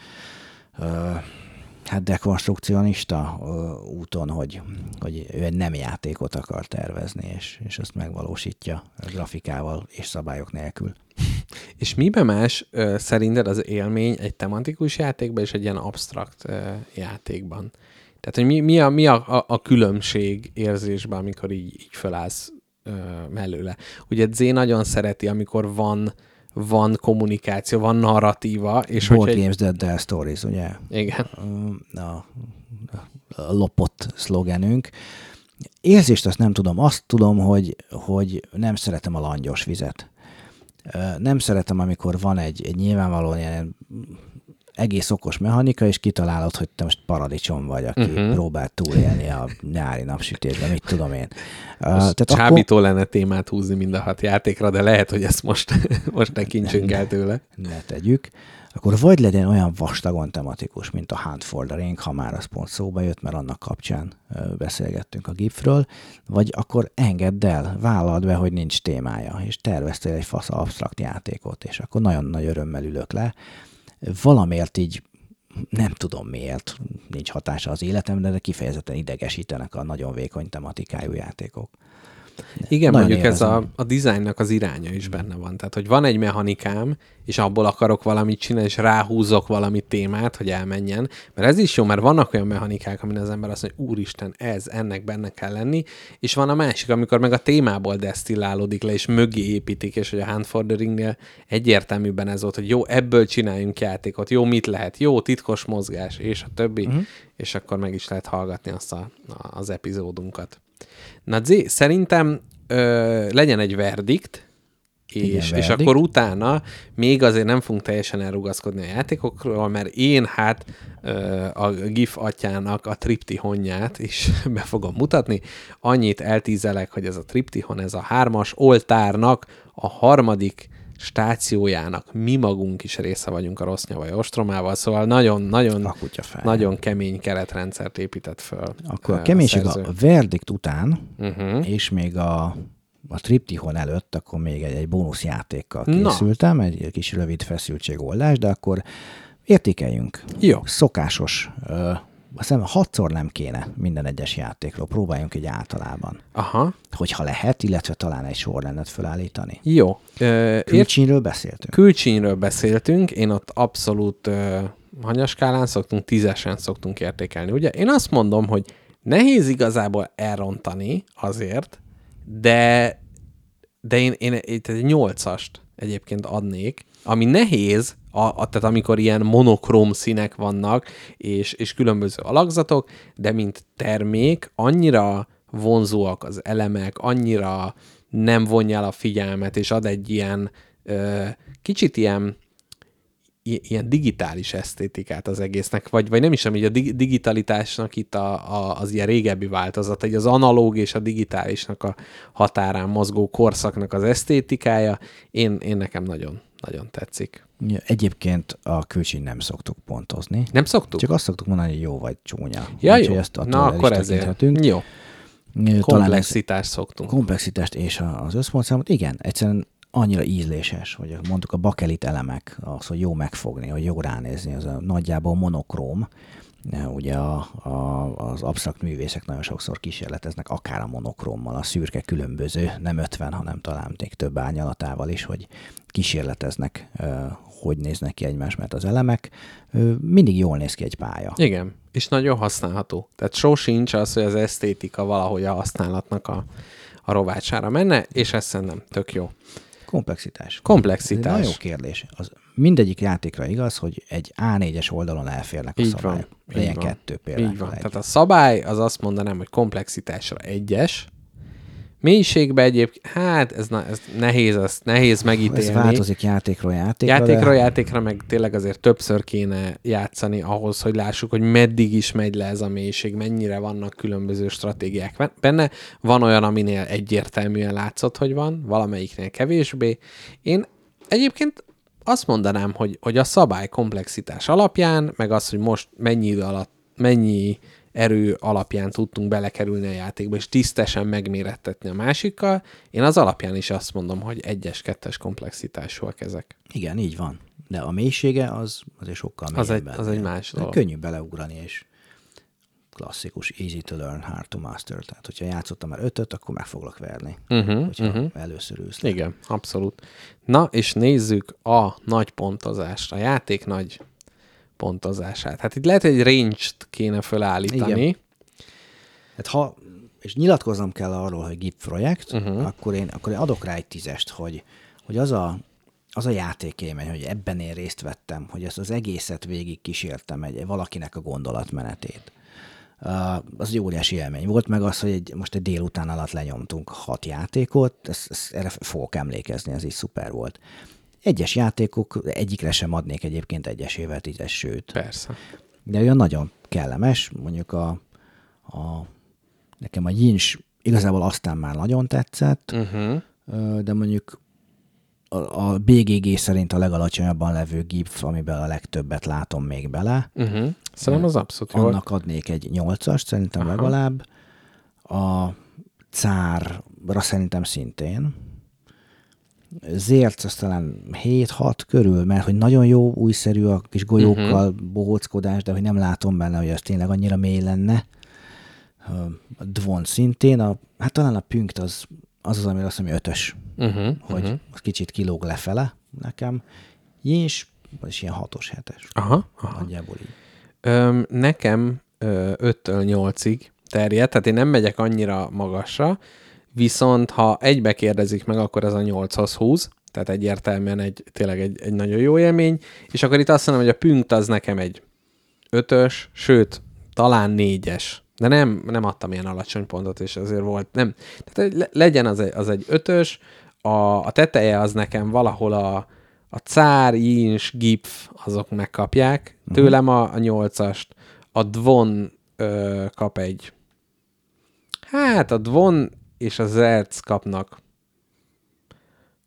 uh, hát dekonstrukcionista uh, úton, hogy, hogy ő egy nem játékot akar tervezni, és, és azt megvalósítja grafikával és szabályok nélkül. És miben más uh, szerinted az élmény egy tematikus játékban és egy ilyen absztrakt uh, játékban? Tehát, hogy mi, mi, a, mi a, a, a különbség érzésben, amikor így, így fölállsz uh, mellőle? Ugye Zé nagyon szereti, amikor van van kommunikáció, van narratíva. És Board egy... Games That Tell Stories, ugye? Igen. A, a, a lopott szlogenünk. Érzést azt nem tudom. Azt tudom, hogy, hogy nem szeretem a langyos vizet. Nem szeretem, amikor van egy, egy nyilvánvalóan ilyen egész okos mechanika, és kitalálod, hogy te most paradicsom vagy, aki uh-huh. próbál túlélni a nyári napsütésben, mit tudom én. Uh, csábító akkor... lenne témát húzni mind a hat játékra, de lehet, hogy ezt most, most tekintsünk el tőle. Ne tegyük. Akkor vagy legyen olyan vastagon tematikus, mint a Hunt for the Ring, ha már az pont szóba jött, mert annak kapcsán beszélgettünk a gifről, vagy akkor engedd el, vállald be, hogy nincs témája, és terveztél egy fasz absztrakt játékot, és akkor nagyon nagy örömmel ülök le. Valamiért így, nem tudom miért, nincs hatása az életemre, de kifejezetten idegesítenek a nagyon vékony tematikájú játékok. Igen, nagyon mondjuk élvezem. Ez a, a dizájnnak az iránya is benne van. Tehát, hogy van egy mechanikám, és abból akarok valamit csinálni, és ráhúzok valami témát, hogy elmenjen. Mert ez is jó, mert vannak olyan mechanikák, amin az ember azt mondja, úristen, ez, ennek benne kell lenni, és van a másik, amikor meg a témából desztillálódik le, és mögé építik, és hogy a Hunt for the Ringnél egyértelműben ez volt, hogy jó, ebből csináljunk játékot, jó, mit lehet, jó, titkos mozgás, és a többi, uh-huh. és akkor meg is lehet hallgatni azt a, a, az epizódunkat. Na Zé, szerintem ö, legyen egy verdikt, és, Igen, verdikt. és akkor utána még azért nem fogunk teljesen elrugaszkodni a játékokról, mert én hát ö, a GIF atyának a triptihonját is be fogom mutatni. Annyit eltízelek, hogy ez a triptihon, ez a hármas oltárnak a harmadik stációjának mi magunk is része vagyunk a Rossz Nyavai ostromával, szóval nagyon, nagyon, nagyon kemény keretrendszert épített föl. Akkor a keménység a, a verdikt után, uh-huh. és még a, a triptihon előtt, akkor még egy, egy bónuszjátékkal készültem, Na. egy kis rövid feszültségoldás, de akkor értékeljünk. Jó. Szokásos, ö, azt hiszem hatszor nem kéne minden egyes játékról, próbáljunk egy általában. Aha. Hogyha lehet, illetve talán egy sorrendet felállítani. Jó. Ö, Külcsínről beszéltünk. Külcsínről beszéltünk, én ott abszolút ö, hanyaskálán szoktunk, tízesen szoktunk értékelni. Ugye én azt mondom, hogy nehéz igazából elrontani azért, de, de én, én egy nyolcast egyébként adnék, ami nehéz, a, a, tehát amikor ilyen monokróm színek vannak, és, és különböző alakzatok, de mint termék annyira vonzóak az elemek, annyira nem vonja el a figyelmet, és ad egy ilyen ö, kicsit ilyen, i- ilyen digitális esztétikát az egésznek, vagy, vagy nem is tudom, így a dig- digitalitásnak itt a, a, az ilyen régebbi változat, egy az analóg és a digitálisnak a határán mozgó korszaknak az esztétikája, én, én nekem nagyon, nagyon tetszik. Egyébként a külcsín nem szoktuk pontozni. Nem szoktuk? Csak azt szoktuk mondani, hogy jó vagy csúnya. Ja, Úgyhogy jó. Ezt Na, akkor ezért. Jó. Komplexitást szoktunk. Komplexitást és az összpontszámot, igen, egyszerűen annyira ízléses, hogy mondjuk a bakelit elemek, az, hogy jó megfogni, hogy jó ránézni, az a nagyjából monokróm. Ugye a, a, az absztrakt művészek nagyon sokszor kísérleteznek akár a monokrómmal, a szürke különböző, nem ötven, hanem talán még több árnyalatával is, hogy kísérleteznek, hogy néznek ki egymás, mert az elemek mindig jól néz ki egy pálya. Igen, és nagyon használható. Tehát szó sincs az, hogy az esztétika valahogy a használatnak a, a rovácsára menne, és ez szerintem tök jó. Komplexitás. Komplexitás. Ez egy nagyon jó kérdés. Az mindegyik játékra igaz, hogy egy á négyes oldalon elférnek a így szabályok. Van, Legyen van, kettő például. Így van. Tehát a szabály, az azt mondanám, hogy komplexitásra egyes. Mélységbe egyébként, hát ez, na, ez nehéz, ez nehéz megítélni. Ez változik játékról játékra. Játékról de... játékra meg tényleg azért többször kéne játszani ahhoz, hogy lássuk, hogy meddig is megy le ez a mélység, mennyire vannak különböző stratégiák benne. Van olyan, aminél egyértelműen látszott, hogy van, valamelyiknél kevésbé. Én egyébként azt mondanám, hogy, hogy a szabály komplexitás alapján, meg az, hogy most mennyi idő alatt, mennyi erő alapján tudtunk belekerülni a játékba, és tisztesen megmérettetni a másikkal, én az alapján is azt mondom, hogy egyes, kettes komplexitásúak ezek. Igen, így van. De a mélysége az azért sokkal az mélyebb. Egy, az egy más dolog. Könnyű beleugrani, és klasszikus, easy to learn, hard to master. Tehát, hogyha játszottam már ötöt, akkor meg foglak verni. Uh-huh, hogyha uh-huh. először ülsz le. Igen, abszolút. Na, és nézzük a nagy pontozást, a játék nagy pontozását. Hát itt lehet, hogy egy range-t kéne felállítani. Igen. Hát ha, és nyilatkoznom kell arról, hogy gép projekt, uh-huh. akkor, én, akkor én adok rá egy tízest, hogy, hogy az a, az a játékélmény, hogy ebben én részt vettem, hogy ezt az egészet végig kísértem egy, valakinek a gondolatmenetét. Uh, az egy óriási élmény volt, meg az, hogy egy, most egy délután alatt lenyomtunk hat játékot, ezt, ezt, erre fogok emlékezni, ez így szuper volt. Egyes játékok, egyikre sem adnék egyébként egyesével tízes, sőt. Persze. De olyan nagyon kellemes, mondjuk a, a nekem a Yinch igazából aztán már nagyon tetszett, uh-huh. de mondjuk a, a bé gé gé szerint a legalacsonyabban levő gép, amiben a legtöbbet látom még bele. Uh-huh. Szerintem az abszolút jó. Annak adnék egy nyolcast, szerintem Aha. legalább. A Cárra szerintem szintén. Zérc az talán hét-hat körül, mert hogy nagyon jó, újszerű a kis golyókkal uh-huh. bohóckodás, de hogy nem látom benne, hogy az tényleg annyira mély lenne. A Dvon szintén, a, hát talán a Pünkt az az, az amire azt mondom, ötös, uh-huh, hogy uh-huh. az kicsit kilóg lefele nekem. Yinch, vagyis ilyen hatos, hetes. Aha, aha. Nagyjából így. Öm, nekem öttől nyolcig terjed, tehát én nem megyek annyira magasra, viszont ha egybe kérdezik meg, akkor ez a nyolchoz húz, tehát egyértelműen egy, tényleg egy, egy nagyon jó élmény, és akkor itt azt mondom, hogy a Pünkt az nekem egy ötös, sőt, talán négyes. De nem, nem adtam ilyen alacsony pontot, és azért volt, nem. Tehát legyen az egy, az egy ötös, a, a teteje az nekem valahol a, a Cár, Yinch, Gipf, azok megkapják. Tőlem a, a nyolcast. A Dvon ö, kap egy, hát a Dvon és a Zerc kapnak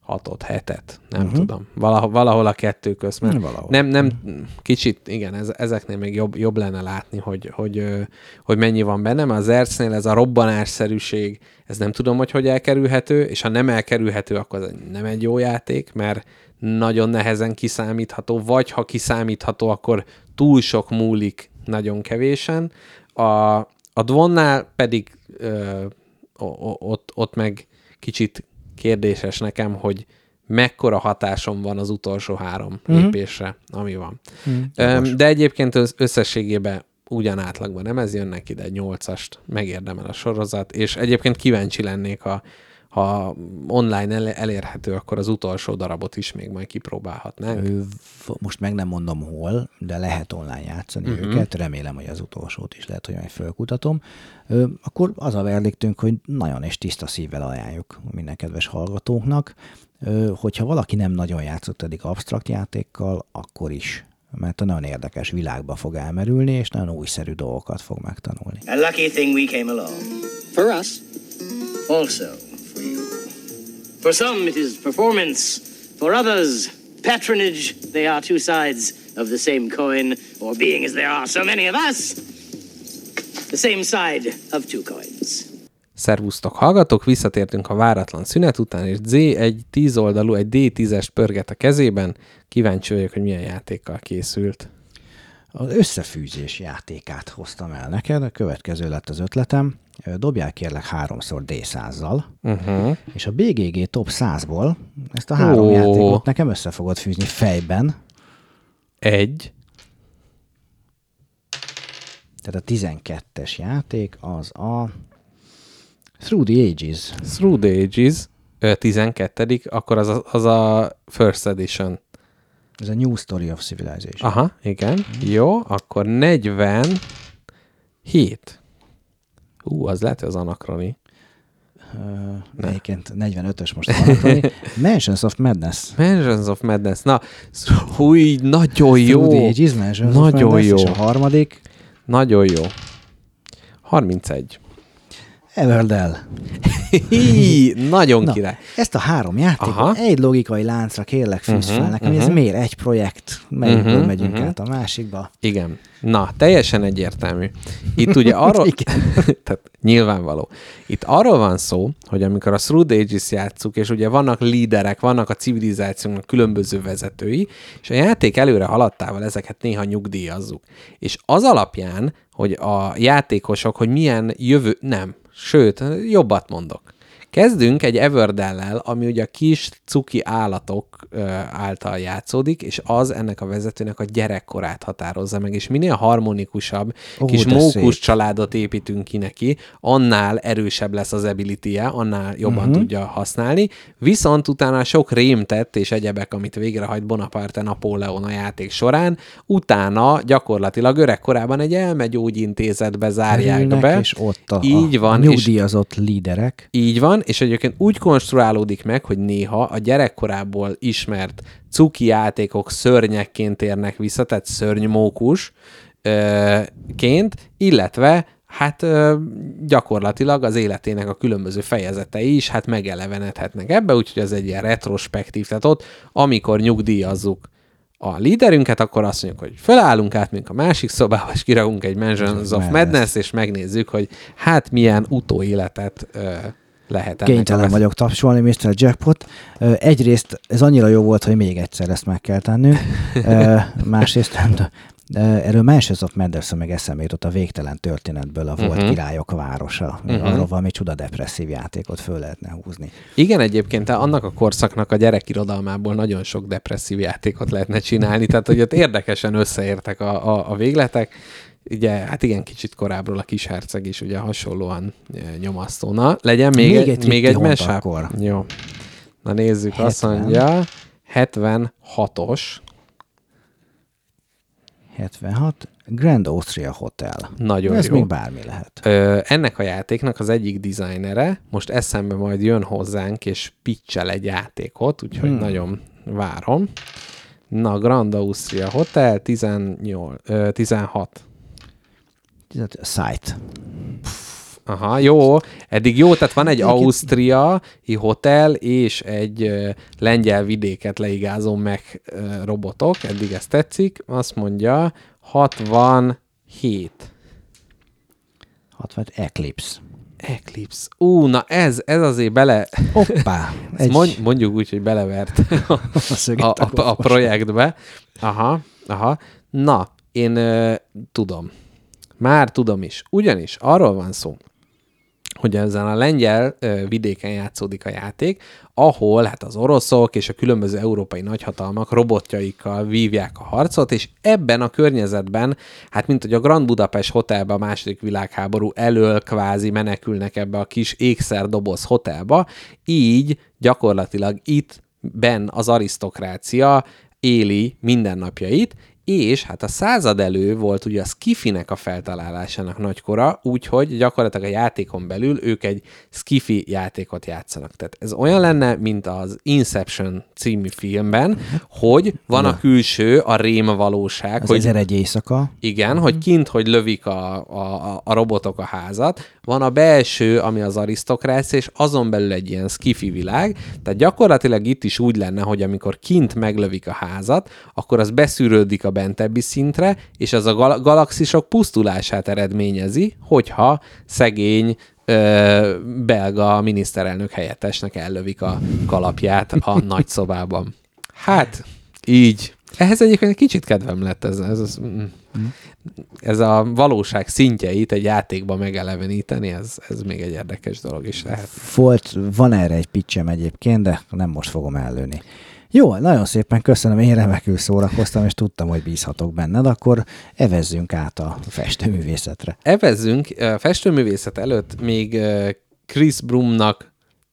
hatot, hetet, nem Uh-huh. tudom. Valahol, valahol a kettő közt. Mert Valahol. nem, nem, kicsit, igen, ez, ezeknél még jobb, jobb lenne látni, hogy, hogy, hogy mennyi van benne, mert az Ercnél ez a robbanásszerűség, ez nem tudom, hogy hogy elkerülhető, és ha nem elkerülhető, akkor ez nem egy jó játék, mert nagyon nehezen kiszámítható, vagy ha kiszámítható, akkor túl sok múlik nagyon kevésen. A, a Dwonnál pedig ö, ott, ott meg kicsit kérdéses nekem, hogy mekkora hatásom van az utolsó három uh-huh. lépésre, ami van. Uh-huh. De egyébként az összességében ugyan átlagban nem, ez jön neki, de egy nyolcast megérdemel a sorozat, és egyébként kíváncsi lennék, a, ha online elérhető, akkor az utolsó darabot is még majd kipróbálhatnánk. Most meg nem mondom hol, de lehet online játszani uh-huh. őket, remélem, hogy az utolsót is lehet, hogy majd fölkutatom. Akkor az a verdiktünk, hogy nagyon és tiszta szívvel ajánljuk minden kedves hallgatóknak, hogyha valaki nem nagyon játszott eddig absztrakt játékkal, akkor is, mert nagyon érdekes világba fog elmerülni, és nagyon újszerű dolgokat fog megtanulni. A lucky thing we came along. For us. Also for you. For some it is performance. For others, patronage. They are two sides of the same coin, or being as there are so many of us, the same side of two coins. Szervusztok, hallgatók, visszatértünk a váratlan szünet után, és Z egy tíz oldalú, egy dé tízest pörget a kezében. Kíváncsi vagyok, hogy milyen játékkal készült. Az összefűzés játékát hoztam el neked, a következő lett az ötletem. Dobjál kérlek háromszor dé százzal, uh-huh. és a bé gé gé top százból ezt a három oh. játékot nekem össze fogod fűzni fejben. Egy. Tehát a tizenkettes játék az a Through the Ages. Through the Ages, tizenkettedik, akkor az a, az a First Edition. Ez a New Story of Civilization. Aha, igen. Hmm. Jó, akkor negyvenhét. Hú, az lehet, hogy az Anakroni. Uh, Egyébként negyvenötös most az Anakroni. Mansions of Madness. Mansions of Madness. Na, hú, így nagyon jó. Through the Ages, Mansions nagyon of Madness, jó. És a harmadik. Nagyon jó. harmincegy. Everdell. Hí, nagyon Na, király. Ezt a három játékot egy logikai láncra kérlek fűz fel uh-huh, nekem, uh-huh. ez miért egy projekt, melyikből uh-huh, megyünk uh-huh. át a másikba. Igen. Na, teljesen egyértelmű. Itt ugye arról, tehát nyilvánvaló. Itt arról van szó, hogy amikor a Through the Ages játsszuk, és ugye vannak líderek, vannak a civilizációnak különböző vezetői, és a játék előre haladtával ezeket néha nyugdíjazzuk. És az alapján, hogy a játékosok, hogy milyen jövő, nem, sőt, jobbat mondok. Kezdünk egy Everdell-lel, ami ugye a kis cuki állatok ö, által játszódik, és az ennek a vezetőnek a gyerekkorát határozza meg, és minél harmonikusabb oh, kis mókus szép. családot építünk ki neki, annál erősebb lesz az ability-je, annál jobban uh-huh. tudja használni, viszont utána sok rémtett és egyebek, amit végrehajt Bonaparte Napóleon a játék során, utána gyakorlatilag öregkorában egy elmegyógyintézetbe zárják Örülnek, be. És ott a, így a, van, a nyugdíjazott és líderek. Így van, és egyébként úgy konstruálódik meg, hogy néha a gyerekkorából ismert cuki játékok szörnyekként érnek vissza, tehát szörnymókusként, illetve hát gyakorlatilag az életének a különböző fejezetei is hát megelevenedhetnek ebbe, úgyhogy ez egy ilyen retrospektív, tehát ott, amikor nyugdíjazzuk a líderünket, akkor azt mondjuk, hogy fölállunk át, mint a másik szobába, és kirakunk egy Mansions of Madness, és megnézzük, hogy hát milyen utóéletet ö, lehet ennek. Kénytelen vagyok tapsolni, miszter Jackpot. Egyrészt ez annyira jó volt, hogy még egyszer ezt meg kell tennünk. Másrészt erről Mansions of Madness meg eszembe jutott a végtelen történetből a Volt uh-huh. királyok városa. Uh-huh. Arról valami csuda depresszív játékot föl lehetne húzni. Igen, egyébként annak a korszaknak a gyerekirodalmából nagyon sok depresszív játékot lehetne csinálni, tehát hogy ott érdekesen összeértek a, a, a végletek. Ugye, hát igen, kicsit korábbról a Kisherceg is ugye hasonlóan nyomasztó. Na, legyen még, még egy, még egy mese. Jó. Na nézzük, hetven. Azt mondja, hetvenhatos. hetvenhat. Grand Austria Hotel. Nagyon Ez jó. még bármi lehet. Ö, ennek a játéknak az egyik dizájnere most eszembe majd jön hozzánk, és pitchel egy játékot, úgyhogy hmm. nagyon várom. Na, Grand Austria Hotel, tizennyolc, ö, tizenhat. Site. Aha, jó. Eddig jó, tehát van egy ausztriai hotel és egy uh, lengyel vidéket leigázó meg uh, robotok. Eddig ez tetszik. Azt mondja, hatvanhét. hatvan Eclipse. Eclipse. Ú, na ez, ez azért bele... Hoppá! Egy... Mond, mondjuk úgy, hogy belevert a, a, a, a projektbe. Aha, aha. Na, én uh, tudom. Már tudom is. Ugyanis arról van szó, hogy ezen a lengyel uh, vidéken játszódik a játék, ahol hát az oroszok és a különböző európai nagyhatalmak robotjaikkal vívják a harcot, és ebben a környezetben, hát mint hogy a Grand Budapest Hotelbe a második világháború elől kvázi menekülnek ebbe a kis ékszerdoboz hotelba, így gyakorlatilag itt benn az arisztokrácia éli mindennapjait, és hát a század elő volt ugye a skifinek a feltalálásának nagykora, úgyhogy gyakorlatilag a játékon belül ők egy skifi játékot játszanak. Tehát ez olyan lenne, mint az Inception című filmben, hogy van a külső, a rém valóság. Az hogy ezer egy éjszaka. Igen, uh-huh. hogy kint, hogy lövik a, a, a robotok a házat, van a belső, ami az arisztokrácia, és azon belül egy ilyen skifi világ, tehát gyakorlatilag itt is úgy lenne, hogy amikor kint meglövik a házat, akkor az beszűrődik a bentebbi szintre, és az a gal- galaxisok pusztulását eredményezi, hogyha szegény ö, belga miniszterelnök helyettesnek ellövik a kalapját a nagyszobában. Hát, így. Ehhez egyébként egy kicsit kedvem lett ez, ez, ez, ez a valóság szintjeit egy játékban megeleveníteni, ez, ez még egy érdekes dolog is lehet. Volt, van erre egy pitchem egyébként, de nem most fogom ellőni. Jó, nagyon szépen köszönöm, én remekül szórakoztam, és tudtam, hogy bízhatok benned, akkor evezzünk át a festőművészetre. Evezzünk, a festőművészet előtt még Chris Broomnak,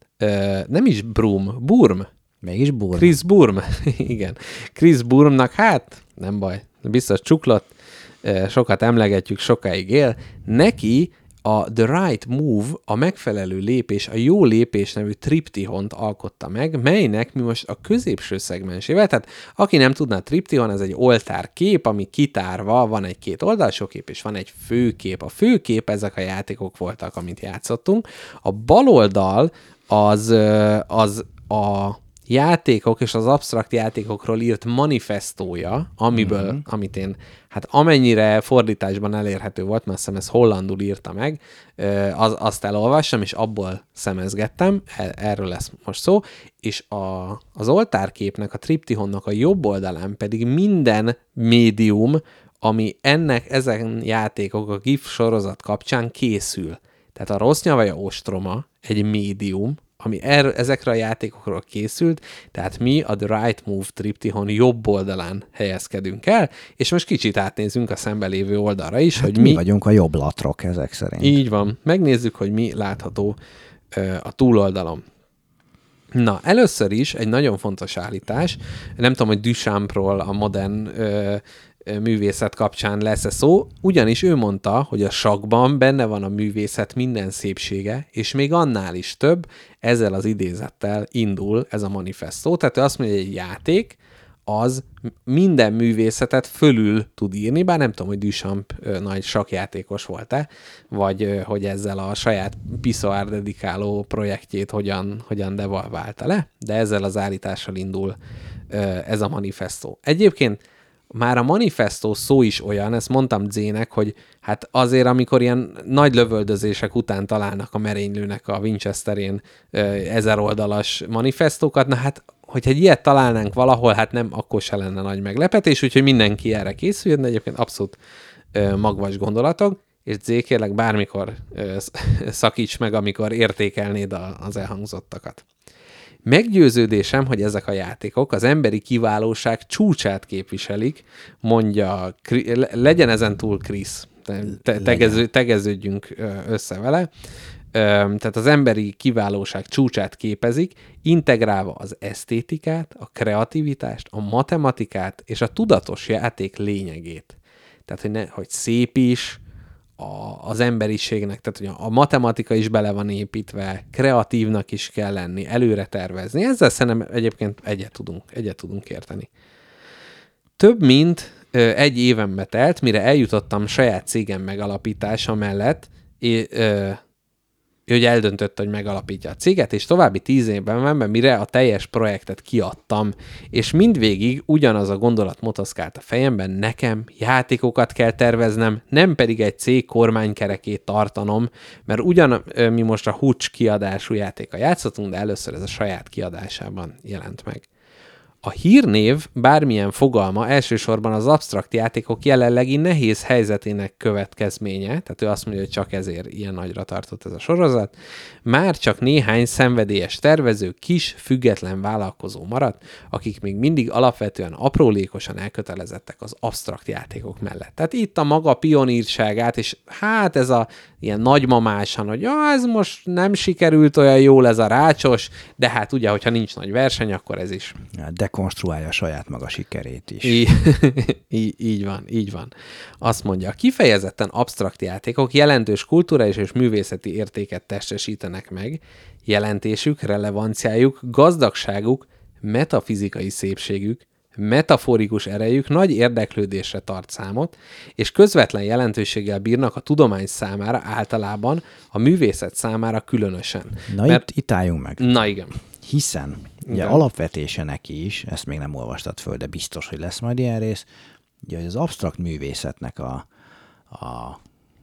nem is Broom, Burm. Mégis Burm. Chris Burm, igen. Chris Burmnak, hát nem baj, biztos csuklott, sokat emlegetjük, sokáig él. Neki a The Right Move, a megfelelő lépés, a jó lépés nevű triptihont alkotta meg, melynek mi most a középső szegmensével, tehát aki nem tudná, triptihon, ez egy oltárkép, ami kitárva, van egy két oldalsó kép, és van egy főkép. A főkép, ezek a játékok voltak, amit játszottunk. A bal oldal az, az a játékok és az absztrakt játékokról írt manifestója, amiből, mm-hmm. amit én, hát amennyire fordításban elérhető volt, mert azt hiszem ez hollandul írta meg, az, azt elolvassam, és abból szemezgettem, erről lesz most szó, és a, az oltárképnek, a triptihonnak a jobb oldalán pedig minden médium, ami ennek, ezen játékok a GIF sorozat kapcsán készül. Tehát a Rossz nyavaja ostroma egy médium, ami er, ezekre a játékokról készült, tehát mi a The Right Move triptihon jobb oldalán helyezkedünk el, és most kicsit átnézzünk a szembelévő oldalra is, hát hogy mi... mi vagyunk a jobb latrok ezek szerint. Így van. Megnézzük, hogy mi látható ö, a túloldalon. Na, először is egy nagyon fontos állítás, nem tudom, hogy Duchampról a modern ö, művészet kapcsán lesz-e szó, ugyanis ő mondta, hogy a sakkban benne van a művészet minden szépsége, és még annál is több, ezzel az idézettel indul ez a manifestó. Tehát ő azt mondja, hogy egy játék az minden művészetet fölül tud írni, bár nem tudom, hogy Duchamp ö, nagy sakkjátékos volt-e, vagy ö, hogy ezzel a saját piszoár dedikáló projektjét hogyan, hogyan devalválta le, de ezzel az állítással indul ö, ez a manifestó. Egyébként már a manifestó szó is olyan, ezt mondtam Zének, hogy hát azért, amikor ilyen nagy lövöldözések után találnak a merénylőnek a Winchesterén ezer oldalas manifestókat, na hát, hogyha egy ilyet találnánk valahol, hát nem, akkor se lenne nagy meglepetés, úgyhogy mindenki erre készüljön, de egyébként abszolút ö, magvas gondolatok, és Zé, kérlek bármikor ö, szakíts meg, amikor értékelnéd a, az elhangzottakat. Meggyőződésem, hogy ezek a játékok az emberi kiválóság csúcsát képviselik, mondja, legyen ezen túl Krisz, te, tegező, tegeződjünk össze vele, tehát az emberi kiválóság csúcsát képezik, integrálva az esztétikát, a kreativitást, a matematikát és a tudatos játék lényegét. Tehát, hogy, ne, hogy szép is, A, az emberiségnek, tehát hogy a matematika is bele van építve, kreatívnak is kell lenni, előre tervezni. Ezzel szerintem egyébként egyet tudunk, egyet tudunk érteni. Több mint ö, egy évembe telt, mire eljutottam saját cégem megalapítása mellett, é, ö, hogy eldöntötte, hogy megalapítja a céget, és további tíz évben, mert mire a teljes projektet kiadtam, és mindvégig ugyanaz a gondolat motoszkált a fejemben, nekem játékokat kell terveznem, nem pedig egy cég kormánykerekét tartanom, mert ugyan mi most a Hutch kiadású játéka játszottunk, de először ez a saját kiadásában jelent meg. A hírnév bármilyen fogalma elsősorban az absztrakt játékok jelenlegi nehéz helyzetének következménye, tehát ő azt mondja, hogy csak ezért ilyen nagyra tartott ez a sorozat, már csak néhány szenvedélyes tervező, kis, független vállalkozó maradt, akik még mindig alapvetően aprólékosan elkötelezettek az absztrakt játékok mellett. Tehát itt a maga pionírságát, és hát ez a ilyen nagymamásan, hogy ja, ez most nem sikerült olyan jól ez a rácsos, de hát ugye, hogyha nincs nagy verseny, akkor ez is. Dekonstruálja saját maga sikerét is. Í- í- így van, így van. Azt mondja, kifejezetten absztrakt játékok jelentős kulturális és művészeti értéket testesítenek meg, jelentésük, relevanciájuk, gazdagságuk, metafizikai szépségük, metaforikus erejük nagy érdeklődésre tart számot, és közvetlen jelentőséggel bírnak a tudomány számára általában, a művészet számára különösen. Na Mert... itt, itt álljunk meg. Na igen. Hiszen ugye Igen. alapvetése neki is, ezt még nem olvastad föl, de biztos, hogy lesz majd ilyen rész, ugye az absztrakt művészetnek a, a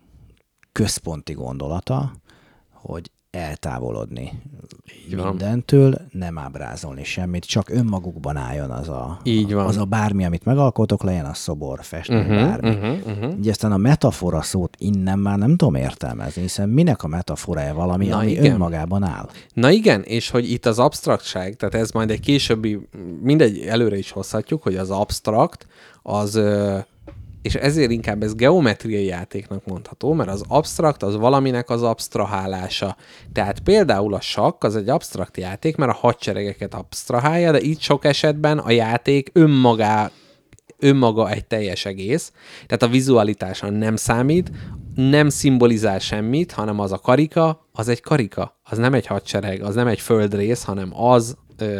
központi gondolata, hogy eltávolodni Így van. mindentől, nem ábrázolni semmit, csak önmagukban álljon az a, Így van. az a bármi, amit megalkotok, legyen a szobor, festmény, Uh-huh, bármi. uh-huh, uh-huh. Ugye aztán a metafora szót innen már nem tudom értelmezni, hiszen minek a metaforája valami, Na ami igen. önmagában áll. Na igen, és hogy itt az absztraktság, tehát ez majd egy későbbi, mindegy, előre is hozhatjuk, hogy az absztrakt, az, ö, és ezért inkább ez geometriai játéknak mondható, mert az absztrakt az valaminek az absztrahálása. Tehát például a sakk az egy absztrakt játék, mert a hadseregeket absztrahálja, de itt sok esetben a játék önmagá, önmaga egy teljes egész, tehát a vizualitása nem számít, nem szimbolizál semmit, hanem az a karika, az egy karika, az nem egy hadsereg, az nem egy földrész, hanem az,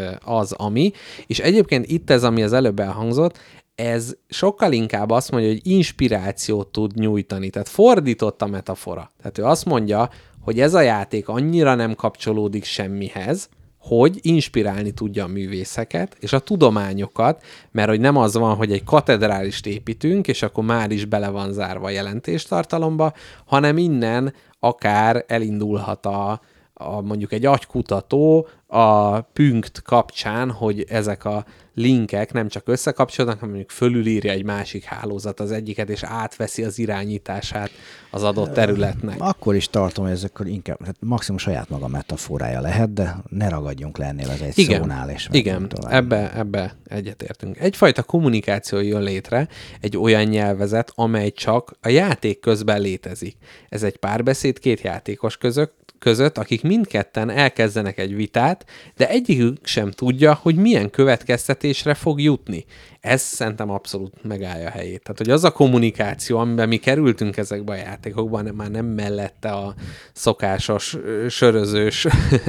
az ami. És egyébként itt ez, ami az előbb elhangzott, ez sokkal inkább azt mondja, hogy inspirációt tud nyújtani, tehát fordított a metafora. Tehát ő azt mondja, hogy ez a játék annyira nem kapcsolódik semmihez, hogy inspirálni tudja a művészeket és a tudományokat, mert hogy nem az van, hogy egy katedrálist építünk, és akkor már is bele van zárva a jelentéstartalomba, hanem innen akár elindulhat a, a mondjuk egy agykutató a Pünkt kapcsán, hogy ezek a linkek nem csak összekapcsolódnak, hanem mondjuk fölülírja egy másik hálózat az egyiket, és átveszi az irányítását az adott területnek. Akkor is tartom, hogy ez akkor inkább, hát maximum saját maga metaforája lehet, de ne ragadjunk le ennél az egy igen, szónál, és igen, tovább. ebbe, ebbe egyetértünk. Egyfajta kommunikáció jön létre, egy olyan nyelvezet, amely csak a játék közben létezik. Ez egy párbeszéd két játékos között, között, akik mindketten elkezdenek egy vitát, de egyikük sem tudja, hogy milyen következtetésre fog jutni. Ez szerintem abszolút megállja a helyét. Tehát, hogy az a kommunikáció, amiben mi kerültünk ezekbe a játékokban, már nem mellette a szokásos, sörözős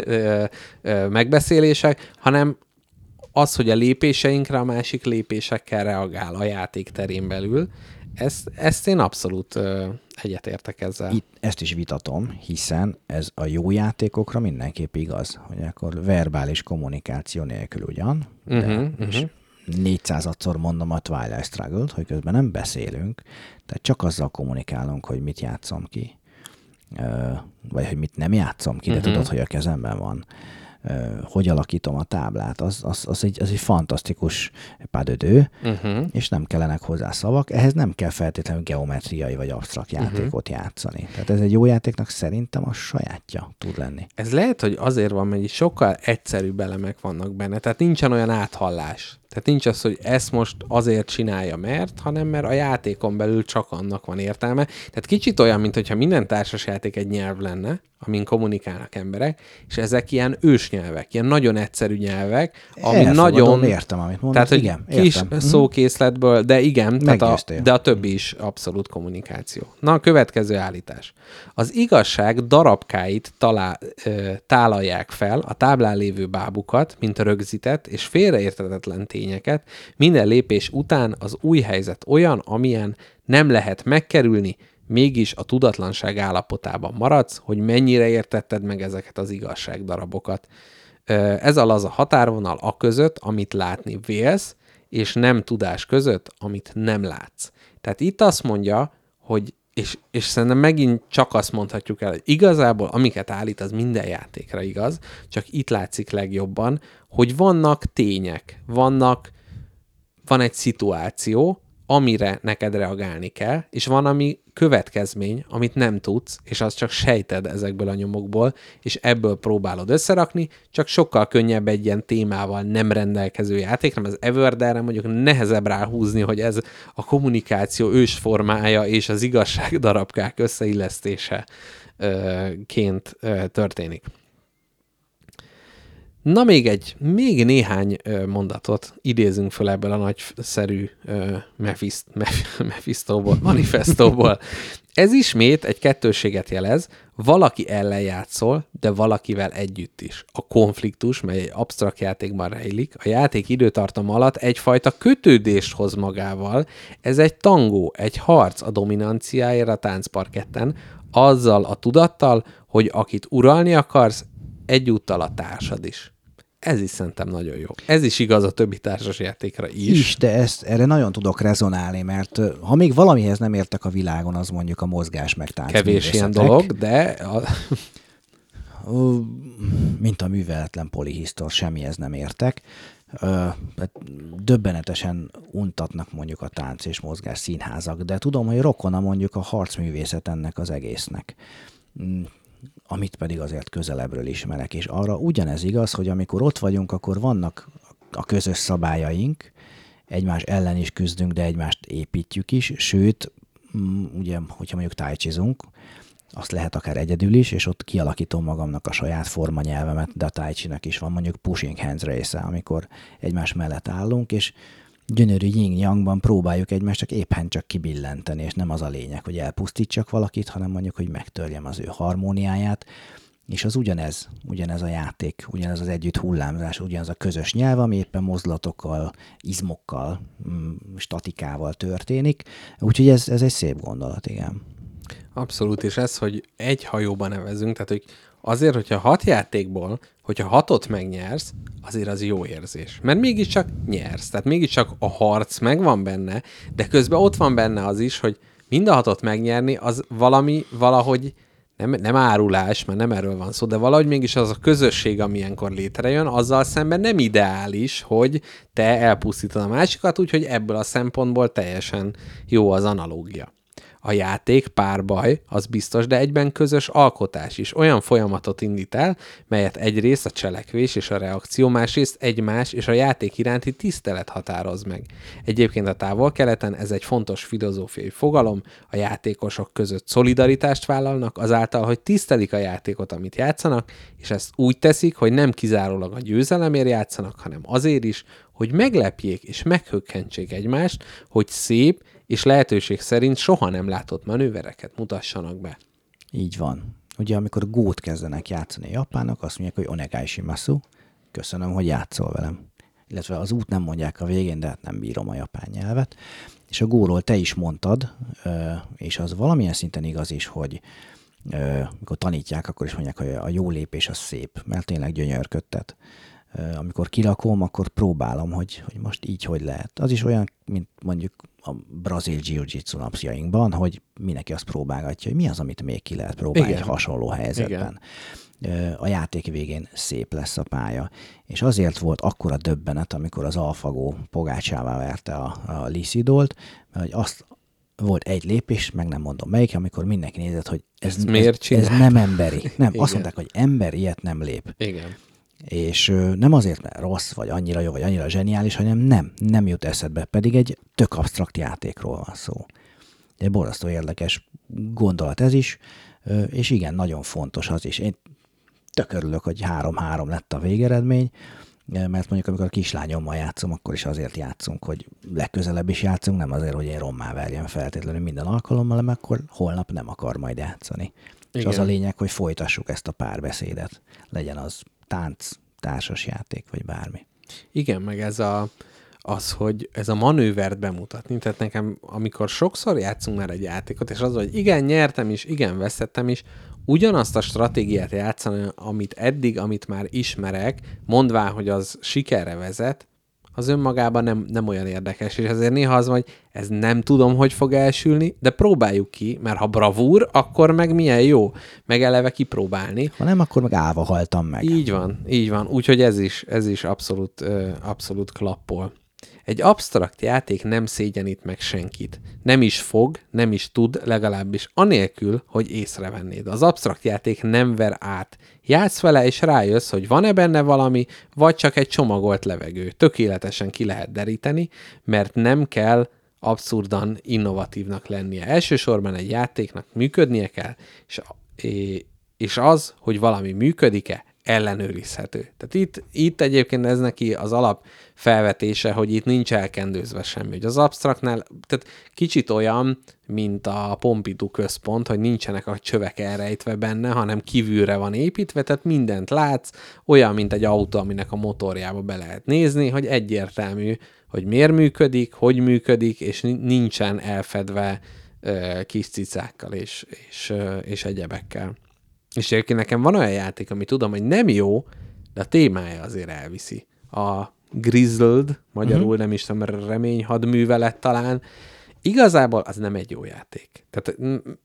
megbeszélések, hanem az, hogy a lépéseinkre a másik lépésekkel reagál a játék terén belül. Ezt, ezt én abszolút uh, egyetértek ezzel. Itt ezt is vitatom, hiszen ez a jó játékokra mindenképp igaz, hogy akkor verbális kommunikáció nélkül ugyan, de Uh-huh, uh-huh. négyszázadszor mondom a Twilight Struggle-t, hogy közben nem beszélünk, tehát csak azzal kommunikálunk, hogy mit játszom ki, vagy hogy mit nem játszom ki, de uh-huh. tudod, hogy a kezemben van. Hogy alakítom a táblát, az, az, az, egy, az egy fantasztikus pádödő, uh-huh. és nem kellenek hozzá szavak, ehhez nem kell feltétlenül geometriai vagy absztrakt játékot uh-huh. játszani. Tehát ez egy jó játéknak szerintem a sajátja tud lenni. Ez lehet, hogy azért van, mert sokkal egyszerűbb elemek vannak benne, tehát nincsen olyan áthallás. Tehát nincs az, hogy ezt most azért csinálja, mert, hanem mert a játékon belül csak annak van értelme. Tehát kicsit olyan, mintha minden társasjáték egy nyelv lenne, amin kommunikálnak emberek, és ezek ilyen ősnyelvek, ilyen nagyon egyszerű nyelvek, ami Elfogadom, nagyon... értem, amit mondasz. Tehát, hogy igen, kis értem. szókészletből, de igen, tehát a, de a többi is abszolút kommunikáció. Na, a következő állítás. Az igazság darabkáit talál, ö, tálalják fel, a táblán lévő bábukat, mint a rögzített és félreérthetetlen tényeket. Minden lépés után az új helyzet olyan, amilyen nem lehet megkerülni, mégis a tudatlanság állapotában maradsz, hogy mennyire értetted meg ezeket az igazságdarabokat. Ez a laza határvonal a között, amit látni vélsz, és nem tudás között, amit nem látsz. Tehát itt azt mondja, hogy És, és szerintem megint csak azt mondhatjuk el, hogy igazából amiket állít, az minden játékra igaz, csak itt látszik legjobban, hogy vannak tények, vannak, van egy szituáció, amire neked reagálni kell, és van ami következmény, amit nem tudsz, és azt csak sejted ezekből a nyomokból, és ebből próbálod összerakni, csak sokkal könnyebb egy ilyen témával nem rendelkező játékra, mert az Everdelre mondjuk nehezebb ráhúzni, hogy ez a kommunikáció ősformája és az igazság darabkák összeillesztéseként történik. Na még egy, még néhány ö, mondatot idézünk föl ebből a nagyszerű ö, Mephiszt, Mephistóból, manifestóból. Ez ismét egy kettősséget jelez, valaki ellen játszol, de valakivel együtt is. A konfliktus, mely egy absztrakt játékban rejlik, a játék időtartama alatt egyfajta kötődést hoz magával. Ez egy tangó, egy harc a dominanciáért a táncparketten, azzal a tudattal, hogy akit uralni akarsz, egyúttal a társad is. Ez is szerintem nagyon jó. Ez is igaz a többi társasjátékra is. Is, de ezt, erre nagyon tudok rezonálni, mert ha még valamihez nem értek a világon, az mondjuk a mozgás meg táncművészetek. Kevés ilyen dolog, de... A... Mint a műveletlen polihisztor, semmihez nem értek. Döbbenetesen untatnak mondjuk a tánc és mozgás színházak, de tudom, hogy rokona mondjuk a harcművészet ennek az egésznek, amit pedig azért közelebbről ismerek, és arra ugyanez igaz, hogy amikor ott vagyunk, akkor vannak a közös szabályaink, egymás ellen is küzdünk, de egymást építjük is, sőt, ugye, hogyha mondjuk tájcsizunk, azt lehet akár egyedül is, és ott kialakítom magamnak a saját formanyelvemet, de a tájcsinak is van mondjuk pushing hands része, amikor egymás mellett állunk, és gyönyörű yin-yangban próbáljuk egymást csak éppen csak kibillenteni, és nem az a lényeg, hogy elpusztítsak valakit, hanem mondjuk, hogy megtörjem az ő harmóniáját, és az ugyanez, ugyanez a játék, ugyanez az együtt hullámzás, ugyanaz a közös nyelv, ami éppen mozdulatokkal, izmokkal, statikával történik, úgyhogy ez, ez egy szép gondolat, igen. Abszolút, és ez, hogy egy hajóban nevezünk, tehát hogy azért, hogyha hat játékból, hogyha hatot megnyersz, azért az jó érzés. Mert mégiscsak nyersz, tehát mégiscsak a harc megvan benne, de közben ott van benne az is, hogy mind a hatot megnyerni, az valami, valahogy nem, nem árulás, mert nem erről van szó, de valahogy mégis az a közösség, ami ilyenkor létrejön, azzal szemben nem ideális, hogy te elpusztítod a másikat, úgyhogy ebből a szempontból teljesen jó az analógia. A játék párbaj, az biztos, de egyben közös alkotás is. Olyan folyamatot indít el, melyet egyrészt a cselekvés és a reakció, másrészt egymás és a játék iránti tisztelet határoz meg. Egyébként a Távol-Keleten ez egy fontos filozófiai fogalom, a játékosok között szolidaritást vállalnak azáltal, hogy tisztelik a játékot, amit játszanak, és ezt úgy teszik, hogy nem kizárólag a győzelemért játszanak, hanem azért is, hogy meglepjék és meghökkentsék egymást, hogy szép és lehetőség szerint soha nem látott manővereket mutassanak be. Így van. Ugye amikor gót kezdenek játszani a japánok, azt mondják, hogy onegai shimasu, köszönöm, hogy játszol velem. Illetve az út nem mondják a végén, de hát nem bírom a japán nyelvet. És a góról te is mondtad, és az valamilyen szinten igaz is, hogy amikor tanítják, akkor is mondják, hogy a jó lépés az szép, mert tényleg gyönyörködtet. Amikor kilakom, akkor próbálom, hogy, hogy most így hogy lehet. Az is olyan, mint mondjuk a brazil jiu-jitsu napjainkban, hogy mindenki azt próbálgatja, hogy mi az, amit még ki lehet próbálni Igen. egy hasonló helyzetben. Igen. A játék végén szép lesz a pálya. És azért volt akkora döbbenet, amikor az AlphaGo pogácsává verte a, a Lissidolt, mert hogy azt volt egy lépés, meg nem mondom melyik, amikor mindenki nézett, hogy ez, ez, ez nem emberi. Nem, Igen. azt mondták, hogy ember ilyet nem lép. Igen. És nem azért, mert rossz, vagy annyira jó, vagy annyira zseniális, hanem nem, nem jut eszedbe, pedig egy tök absztrakt játékról van szó. Egy borzasztó érdekes gondolat ez is, és igen, nagyon fontos az is. Én tök örülök, hogy három-három lett a végeredmény, mert mondjuk amikor a kislányommal játszom, akkor is azért játszunk, hogy legközelebb is játszunk, nem azért, hogy én rommá verjem feltétlenül minden alkalommal, mert akkor holnap nem akar majd játszani. Igen. És az a lényeg, hogy folytassuk ezt a párbeszédet. Legyen az tánc, társasjáték, vagy bármi. Igen, meg ez a, az, hogy ez a manővert bemutatni. Tehát nekem, amikor sokszor játszunk már egy játékot, és az, hogy igen, nyertem is, igen, veszettem is, ugyanazt a stratégiát játszani, amit eddig, amit már ismerek, mondván, hogy az sikerre vezet, az önmagában nem, nem olyan érdekes, és ezért néha az, hogy ez nem tudom, hogy fog elsülni, de próbáljuk ki, mert ha bravúr, akkor meg milyen jó, meg eleve kipróbálni. Ha nem, akkor meg állva haltam meg. Így van, így van. Úgyhogy ez is, ez is abszolút, ö, abszolút klappol. Egy absztrakt játék nem szégyenít meg senkit. Nem is fog, nem is tud, legalábbis anélkül, hogy észrevennéd. Az absztrakt játék nem ver át. Játsz vele, és rájössz, hogy van-e benne valami, vagy csak egy csomagolt levegő. Tökéletesen ki lehet deríteni, mert nem kell abszurdan innovatívnak lennie. Elsősorban egy játéknak működnie kell, és, és az, hogy valami működik-e, ellenőrizhető. Tehát itt, itt egyébként ez neki az alap felvetése, hogy itt nincs elkendőzve semmi. Hogy az absztraktnál, tehát kicsit olyan, mint a Pompidou központ, hogy nincsenek a csövek elrejtve benne, hanem kívülre van építve, tehát mindent látsz, olyan, mint egy autó, aminek a motorjába be lehet nézni, hogy egyértelmű, hogy miért működik, hogy működik, és nincsen elfedve ö, kis cicákkal és, és, ö, és egyebekkel. És egyébként nekem van olyan játék, ami tudom, hogy nem jó, de a témája azért elviszi. A Grizzled, magyarul uh-huh. nem is tudom, reményhadművelet talán, igazából az nem egy jó játék. Tehát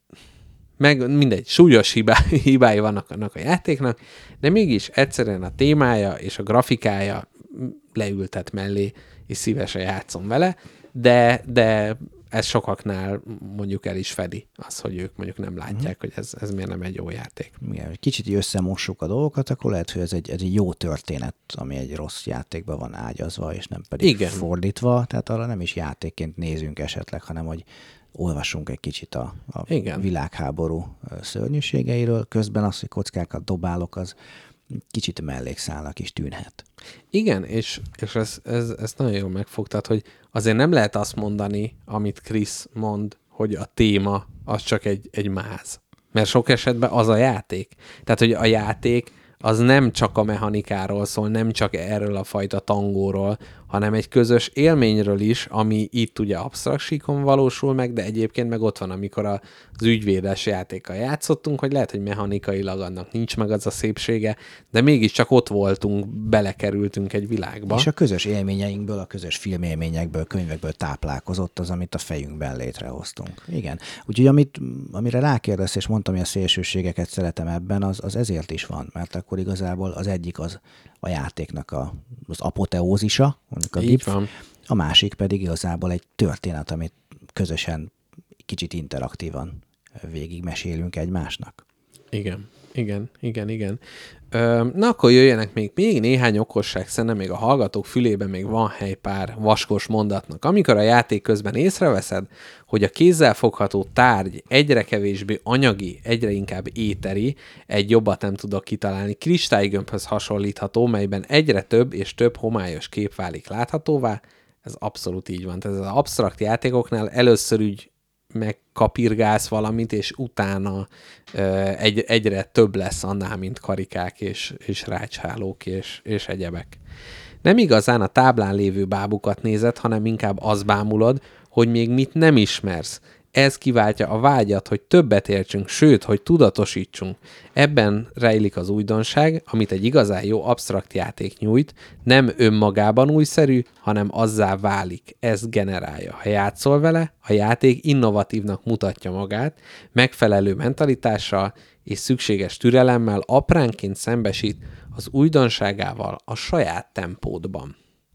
meg mindegy, súlyos hibá, hibái vannak annak a játéknak, de mégis egyszerűen a témája és a grafikája leültet mellé, és szívesen játszom vele, de, de ez sokaknál mondjuk el is fedi az, hogy ők mondjuk nem látják, uh-huh. hogy ez, ez miért nem egy jó játék. Igen, kicsit összemossuk a dolgokat, akkor lehet, hogy ez egy, ez egy jó történet, ami egy rossz játékban van ágyazva, és nem pedig Igen. fordítva, tehát arra nem is játékként nézünk esetleg, hanem hogy olvassunk egy kicsit a, a világháború szörnyűségeiről, közben az, hogy kockákat dobálok, az kicsit mellékszálnak is tűnhet. Igen, és, és ez, ez, ez nagyon jól megfogtad, hogy azért nem lehet azt mondani, amit Krisz mond, hogy a téma az csak egy, egy máz. Mert sok esetben az a játék. Tehát, hogy a játék az nem csak a mechanikáról szól, nem csak erről a fajta tangóról, hanem egy közös élményről is, ami itt ugye absztrakt síkon valósul meg, de egyébként meg ott van, amikor az ügyvédes játékkal játszottunk, hogy lehet, hogy mechanikailag annak nincs meg az a szépsége, de mégiscsak ott voltunk, belekerültünk egy világba. És a közös élményeinkből, a közös filmélményekből, könyvekből táplálkozott az, amit a fejünkben létrehoztunk. Igen. Úgyhogy amit, amire rákérdez, és mondtam, hogy a szélsőségeket szeretem ebben, az, az ezért is van, mert akkor igazából az egyik az a játéknak a, az apoteózisa, mondjuk a gif, a másik pedig igazából egy történet, amit közösen kicsit interaktívan végigmesélünk egymásnak. Igen, igen, igen, igen. Ö, na akkor jöjjenek még, még néhány okosság, szerintem még a hallgatók fülében még van hely pár vaskos mondatnak. Amikor a játék közben észreveszed, hogy a kézzel fogható tárgy egyre kevésbé anyagi, egyre inkább éteri, egy jobbat nem tudok kitalálni, kristálygömbhöz hasonlítható, melyben egyre több és több homályos kép válik láthatóvá, ez abszolút így van. Tehát az absztrakt játékoknál először úgy megkapirgálsz valamit, és utána uh, egy, egyre több lesz annál, mint karikák és, és rácshálók és, és egyebek. Nem igazán a táblán lévő bábukat nézed, hanem inkább azt bámulod, hogy még mit nem ismersz. Ez kiváltja a vágyat, hogy többet értsünk, sőt, hogy tudatosítsunk. Ebben rejlik az újdonság, amit egy igazán jó absztrakt játék nyújt, nem önmagában újszerű, hanem azzá válik. Ez generálja. Ha játszol vele, a játék innovatívnak mutatja magát, megfelelő mentalitással és szükséges türelemmel apránként szembesít az újdonságával a saját tempódban.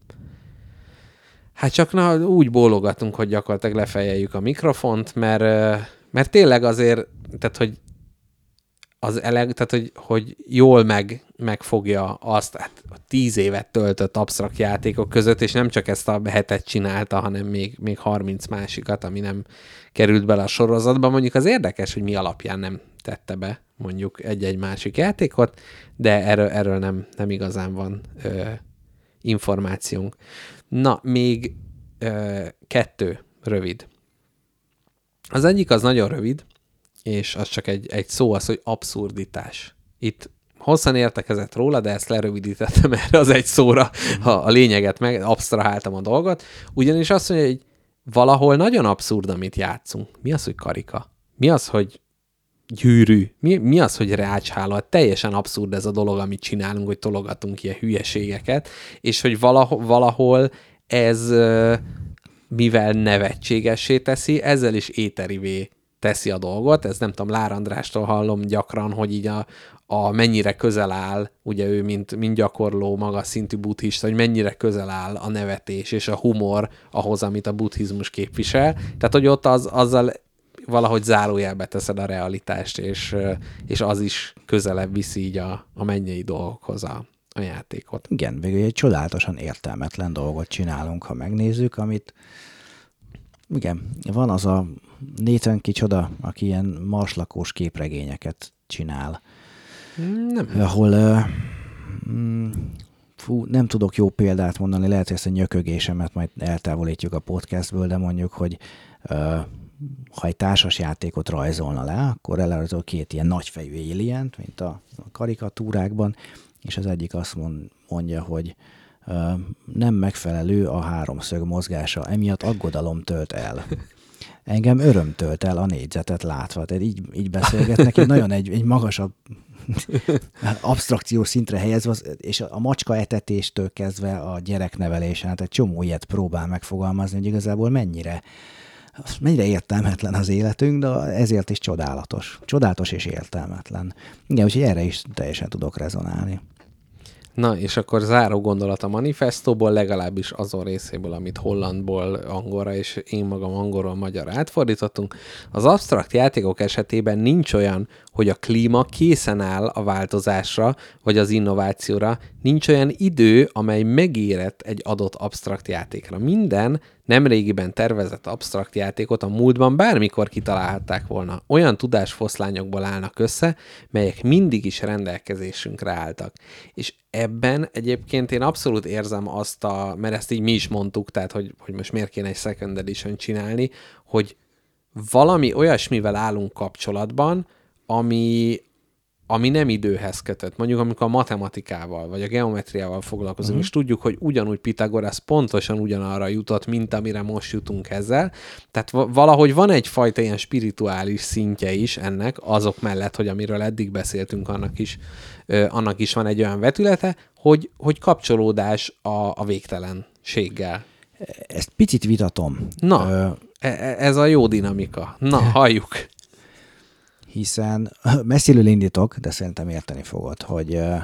Hát csak na, úgy bólogatunk, hogy gyakorlatilag lefejeljük a mikrofont, mert, mert tényleg azért, tehát hogy az eleg, tehát hogy, hogy jól meg, megfogja azt, hát a tíz évet töltött absztrakt játékok között, és nem csak ezt a hetet csinálta, hanem még, még harminc másikat, ami nem került bele a sorozatba. Mondjuk az érdekes, hogy mi alapján nem tette be mondjuk egy-egy másik játékot, de erről, erről nem, nem igazán van ö, információnk. Na, még ö, kettő rövid. Az egyik az nagyon rövid, és az csak egy, egy szó az, hogy abszurditás. Itt hosszan értekezett róla, de ezt lerövidítettem erre az egy szóra, ha a lényeget meg absztraháltam a dolgot. Ugyanis azt mondja, hogy valahol nagyon abszurd, amit játszunk. Mi az, hogy karika? Mi az, hogy gyűrű? Mi, mi az, hogy rácsháló? Teljesen abszurd ez a dolog, amit csinálunk, hogy tologatunk ilyen hülyeségeket, és hogy valahol, valahol ez, mivel nevetségessé teszi, ezzel is éterivé teszi a dolgot. Ez nem tudom, Lár Andrástól hallom gyakran, hogy így a, a mennyire közel áll, ugye ő, mint, mint gyakorló, magas szintű buddhista, hogy mennyire közel áll a nevetés és a humor ahhoz, amit a buddhizmus képvisel. Tehát, hogy ott az, azzal valahogy zárójelbe teszed a realitást, és, és az is közelebb viszi így a, a mennyei dolgokhoz a, a játékot. Igen, végül egy csodálatosan értelmetlen dolgot csinálunk, ha megnézzük, amit igen, van az a Nathan kicsoda, aki ilyen marslakós képregényeket csinál. Nem. Ahol uh, fú, nem tudok jó példát mondani, lehet, hogy ezt a nyökögésemet majd eltávolítjuk a podcastből, de mondjuk, hogy uh, ha egy társas játékot rajzolna le, akkor elrajzol két ilyen nagyfejű alient, mint a karikatúrákban, és az egyik azt mondja, hogy uh, nem megfelelő a háromszög mozgása, emiatt aggodalom tölt el. Engem öröm tölt el a négyzetet látva. Tehát így, így beszélgetnek, így nagyon egy, egy magasabb absztrakciós szintre helyezve, és a macska etetéstől kezdve a gyereknevelésen, hát egy csomó ilyet próbál megfogalmazni, hogy igazából mennyire, mennyire értelmetlen az életünk, de ezért is csodálatos. Csodálatos és értelmetlen. Igen, úgyhogy erre is teljesen tudok rezonálni. Na, és akkor záró gondolat a manifestóból, legalábbis azon részéből, amit hollandból angolra, és én magam angolról magyarra átfordítottunk. Az absztrakt játékok esetében nincs olyan, hogy a klíma készen áll a változásra, vagy az innovációra. Nincs olyan idő, amely megérett egy adott absztrakt játékra. Minden nemrégiben tervezett absztrakt játékot a múltban bármikor kitalálhatták volna. Olyan tudásfoszlányokból állnak össze, melyek mindig is rendelkezésünkre álltak. És ebben egyébként én abszolút érzem azt a, mert ezt így mi is mondtuk, tehát hogy, hogy most miért kéne egy second edition csinálni, hogy valami olyasmivel állunk kapcsolatban, ami, ami nem időhez kötött. Mondjuk, amikor a matematikával, vagy a geometriával foglalkozunk, uh-huh. és tudjuk, hogy ugyanúgy Pitagorasz pontosan ugyanarra jutott, mint amire most jutunk ezzel. Tehát valahogy van egyfajta ilyen spirituális szintje is ennek, azok mellett, hogy amiről eddig beszéltünk, annak is, ö, annak is van egy olyan vetülete, hogy, hogy kapcsolódás a, a végtelenséggel. Ezt picit vitatom. Na, Ö... ez a jó dinamika. Na, halljuk. Hiszen messziről indítok, de szerintem érteni fogod, hogy ö,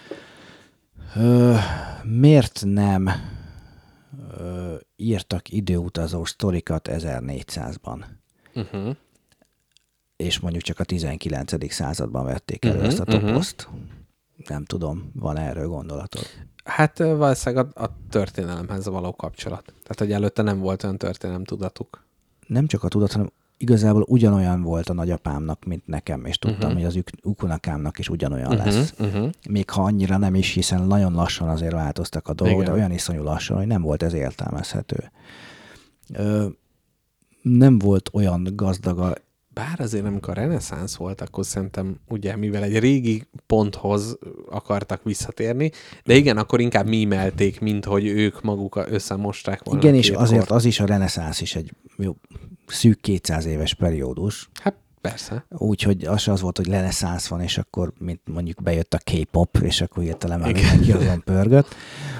ö, miért nem ö, írtak időutazó sztorikat ezernégyszázban, uh-huh. és mondjuk csak a tizenkilencedik században vették elő uh-huh, ezt a toposzt. Uh-huh. Nem tudom, van erről gondolatod? Hát valószínűleg a, a történelemhez való kapcsolat. Tehát, hogy előtte nem volt olyan történelem tudatuk. Nem csak a tudat, hanem igazából ugyanolyan volt a nagyapámnak, mint nekem, és tudtam, uh-huh. hogy az ukunokámnak is ugyanolyan uh-huh, lesz. Uh-huh. Még ha annyira nem is, hiszen nagyon lassan azért változtak a dolgok, de olyan iszonyú lassan, hogy nem volt ez értelmezhető. Ö, nem volt olyan gazdag a... Bár azért, amikor a reneszánsz volt, akkor szerintem, ugye, mivel egy régi ponthoz akartak visszatérni, de igen, akkor inkább mímelték, mint hogy ők maguk összemosták volna. Igen, és azért kort. Az is a reneszánsz is egy jó, szűk kétszáz éves periódus. Hát persze. Úgyhogy az az volt, hogy reneszánsz van, és akkor mint mondjuk bejött a K-pop, és akkor hirtelen már mindenki azon pörgött.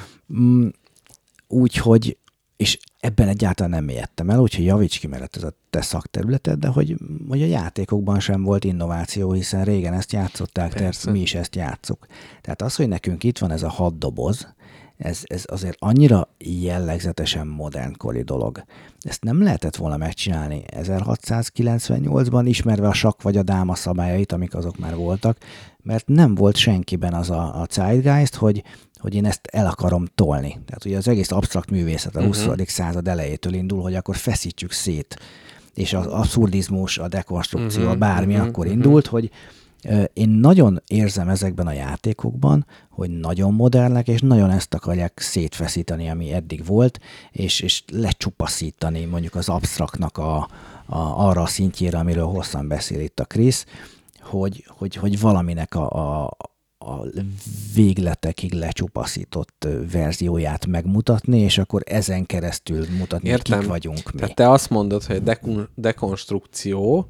Úgyhogy, és ebben egyáltalán nem mélyedtem el, úgyhogy javíts ki, mert ez a te szakterületed, de hogy, hogy a játékokban sem volt innováció, hiszen régen ezt játszották, tehát mi is ezt játsszuk. Tehát az, hogy nekünk itt van ez a hat doboz, ez, ez azért annyira jellegzetesen modernkori dolog. Ezt nem lehetett volna megcsinálni ezerhatszázkilencvennyolcban, ismerve a sakk vagy a dáma szabályait, amik azok már voltak, mert nem volt senkiben az a, a zeitgeist, hogy hogy én ezt el akarom tolni. Tehát ugye az egész absztrakt művészet a huszadik Uh-huh. század elejétől indul, hogy akkor feszítsük szét. És az abszurdizmus, a dekonstrukció, uh-huh. bármi uh-huh. akkor indult, hogy uh, én nagyon érzem ezekben a játékokban, hogy nagyon modernek, és nagyon ezt akarják szétfeszíteni, ami eddig volt, és, és lecsupaszítani mondjuk az absztraktnak a, a, arra a szintjére, amiről hosszan beszél itt a Krisz, hogy, hogy, hogy valaminek a, a a végletekig lecsupaszított verzióját megmutatni, és akkor ezen keresztül mutatni, Értem. kik vagyunk mi. Tehát te azt mondod, hogy a dekon- dekonstrukció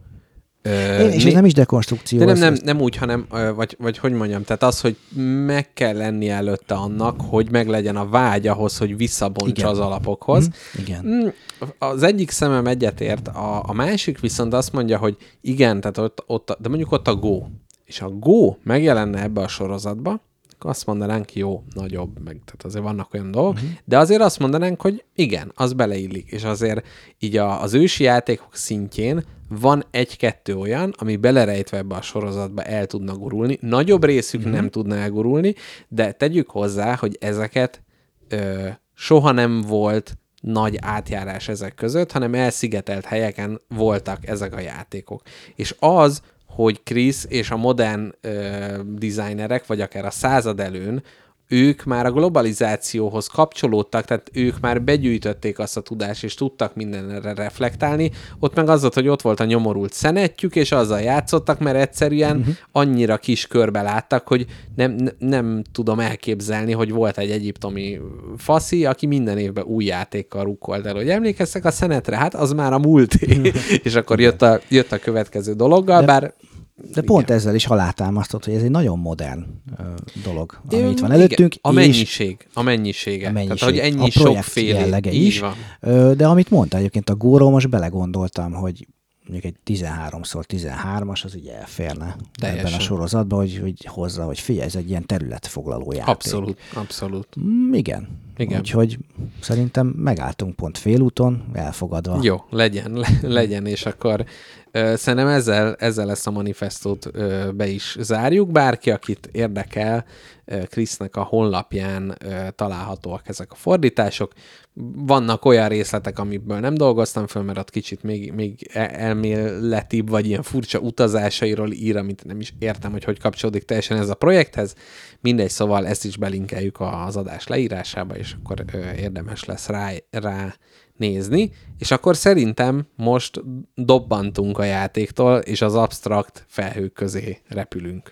Én, és ez nem is dekonstrukció. De nem, ez, nem, ez... nem úgy, hanem, vagy, vagy hogy mondjam, tehát az, hogy meg kell lenni előtte annak, hogy meglegyen a vágy ahhoz, hogy visszabontsa Igen. az alapokhoz. Mm, igen. Mm, az egyik szemem egyetért, a, a másik viszont azt mondja, hogy igen, tehát ott, ott, de mondjuk ott a Go, és a Go megjelenne ebbe a sorozatba, akkor azt mondanánk, jó, nagyobb, meg tehát azért vannak olyan dolgok, uh-huh. de azért azt mondanánk, hogy igen, az beleillik, és azért így a, az ősi játékok szintjén van egy-kettő olyan, ami belerejtve ebbe a sorozatba el tudna gurulni. Nagyobb részük uh-huh. nem tudna elgurulni, de tegyük hozzá, hogy ezeket ö, soha nem volt nagy átjárás ezek között, hanem elszigetelt helyeken voltak ezek a játékok. És az, hogy Chris és a modern ö, designerek, vagy akár a század előn, ők már a globalizációhoz kapcsolódtak, tehát ők már begyűjtötték azt a tudást, és tudtak mindenre reflektálni. Ott meg az volt, hogy ott volt a nyomorult szenetjük, és azzal játszottak, mert egyszerűen uh-huh. annyira kis körbe láttak, hogy nem, nem tudom elképzelni, hogy volt egy egyiptomi faszi, aki minden évben új játékkal rukkolt el, hogy emlékeztek a szenetre? Hát az már a múlté. És akkor jött a, jött a következő dologgal, De... bár De pont igen. ezzel is alátámasztott, hogy ez egy nagyon modern uh, dolog, ami itt van előttünk. Igen, a mennyiség, a mennyisége. A mennyiség. Tehát, hogy ennyi a projekt sokféle jellege így is. Van. De amit mondta egyébként a Góról, most belegondoltam, hogy mondjuk egy tizenháromszor tizenhármas az ugye elférne Teljesen. Ebben a sorozatban, hogy, hogy hozza, hogy figyelj, ez egy ilyen területfoglaló játék. Abszolút, abszolút. Mm, igen. Igen. Úgyhogy szerintem megálltunk pont félúton, elfogadva. Jó, legyen, le, legyen, és akkor ö, szerintem ezzel, ezzel ezt a manifestót ö, be is zárjuk. Bárki, akit érdekel, ö, Krisznek a honlapján ö, találhatóak ezek a fordítások. Vannak olyan részletek, amiből nem dolgoztam föl, mert ott kicsit még, még elméletibb, vagy ilyen furcsa utazásairól ír, amit nem is értem, hogy hogy kapcsolódik teljesen ez a projekthez. Mindegy, szóval ezt is belinkeljük az adás leírásába, és akkor ö, érdemes lesz rá, rá nézni, és akkor szerintem most dobbantunk a játéktól, és az absztrakt felhők közé repülünk.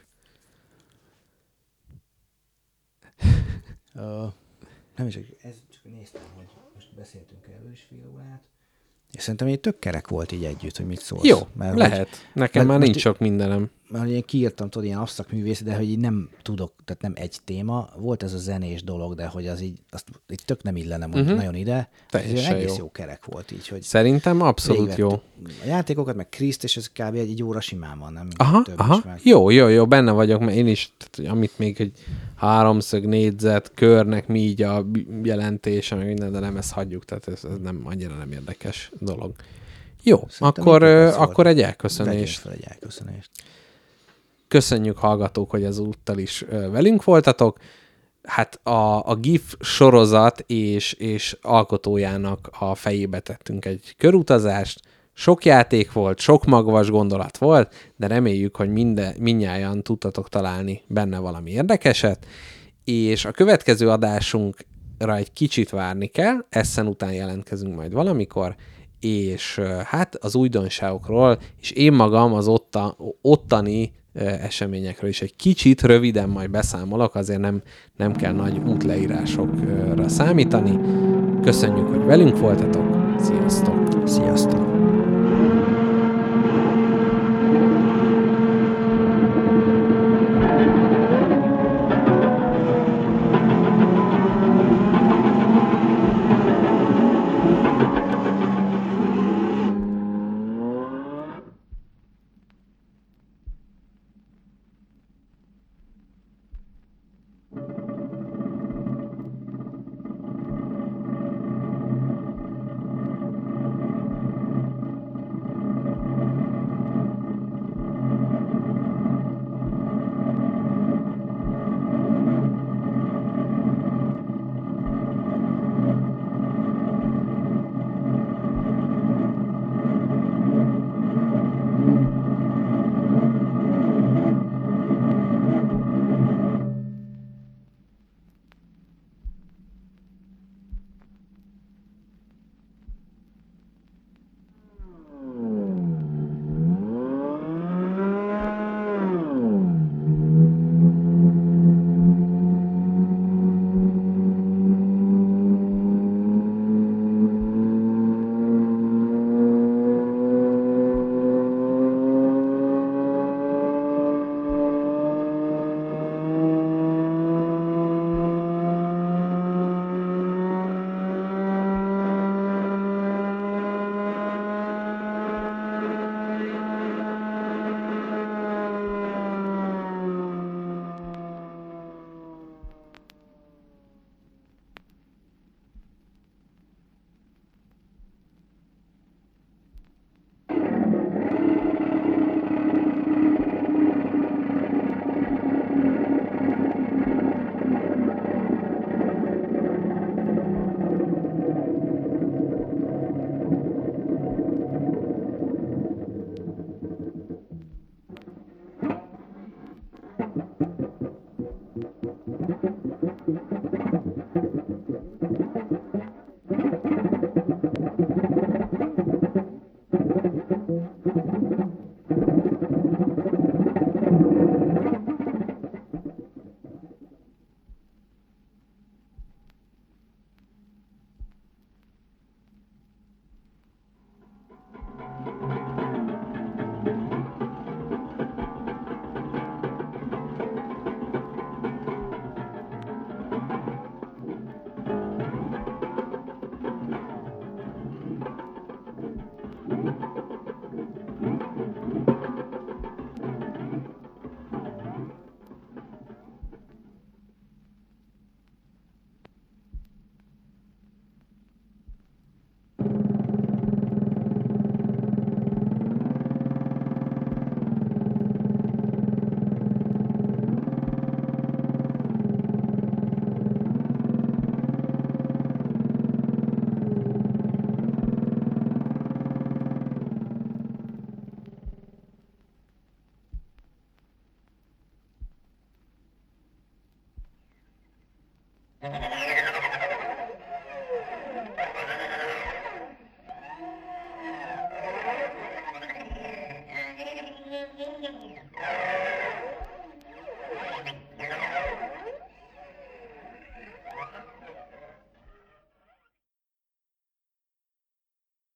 Uh, nem is, ez csak néztem, hogy most beszéltünk erről is fél órát. És szerintem egy tök kerek volt így együtt, hogy mit szólsz. Jó, mert lehet. Hogy, Nekem már nincs sok mindenem. Mert én kiírtam, tudod, ilyen absztrakt művész, de hogy így nem tudok, tehát nem egy téma. Volt ez a zenés dolog, de hogy az így, azt így tök nem illene mondani uh-huh. nagyon ide. Teljesen egész jó. jó kerek volt így, hogy szerintem abszolút jó. A játékokat, meg Kriszt, és ez kb. Egy óra simán van, nem? Aha, Több aha. is meg. Jó, jó, jó, benne vagyok, mert én is, tehát, amit még egy háromszög négyzet, körnek mi így a jelentése, meg minden, de nem ezt hagyjuk, tehát ez, ez nem annyira nem érdekes dolog. Jó, Szerintem akkor, így akkor egy elköszönést. Fel egy elköszönést. Köszönjük, hallgatók, hogy ezúttal is velünk voltatok. Hát a, a GIF sorozat és, és alkotójának a fejébe tettünk egy körutazást. Sok játék volt, sok magvas gondolat volt, de reméljük, hogy minden, mindnyájan tudtatok találni benne valami érdekeset, és a következő adásunkra egy kicsit várni kell, essen után jelentkezünk majd valamikor, és hát az újdonságokról, és én magam az otta, ottani eseményekről is egy kicsit röviden majd beszámolok, azért nem, nem kell nagy útleírásokra számítani. Köszönjük, hogy velünk voltatok. Sziasztok! Sziasztok! Thank you.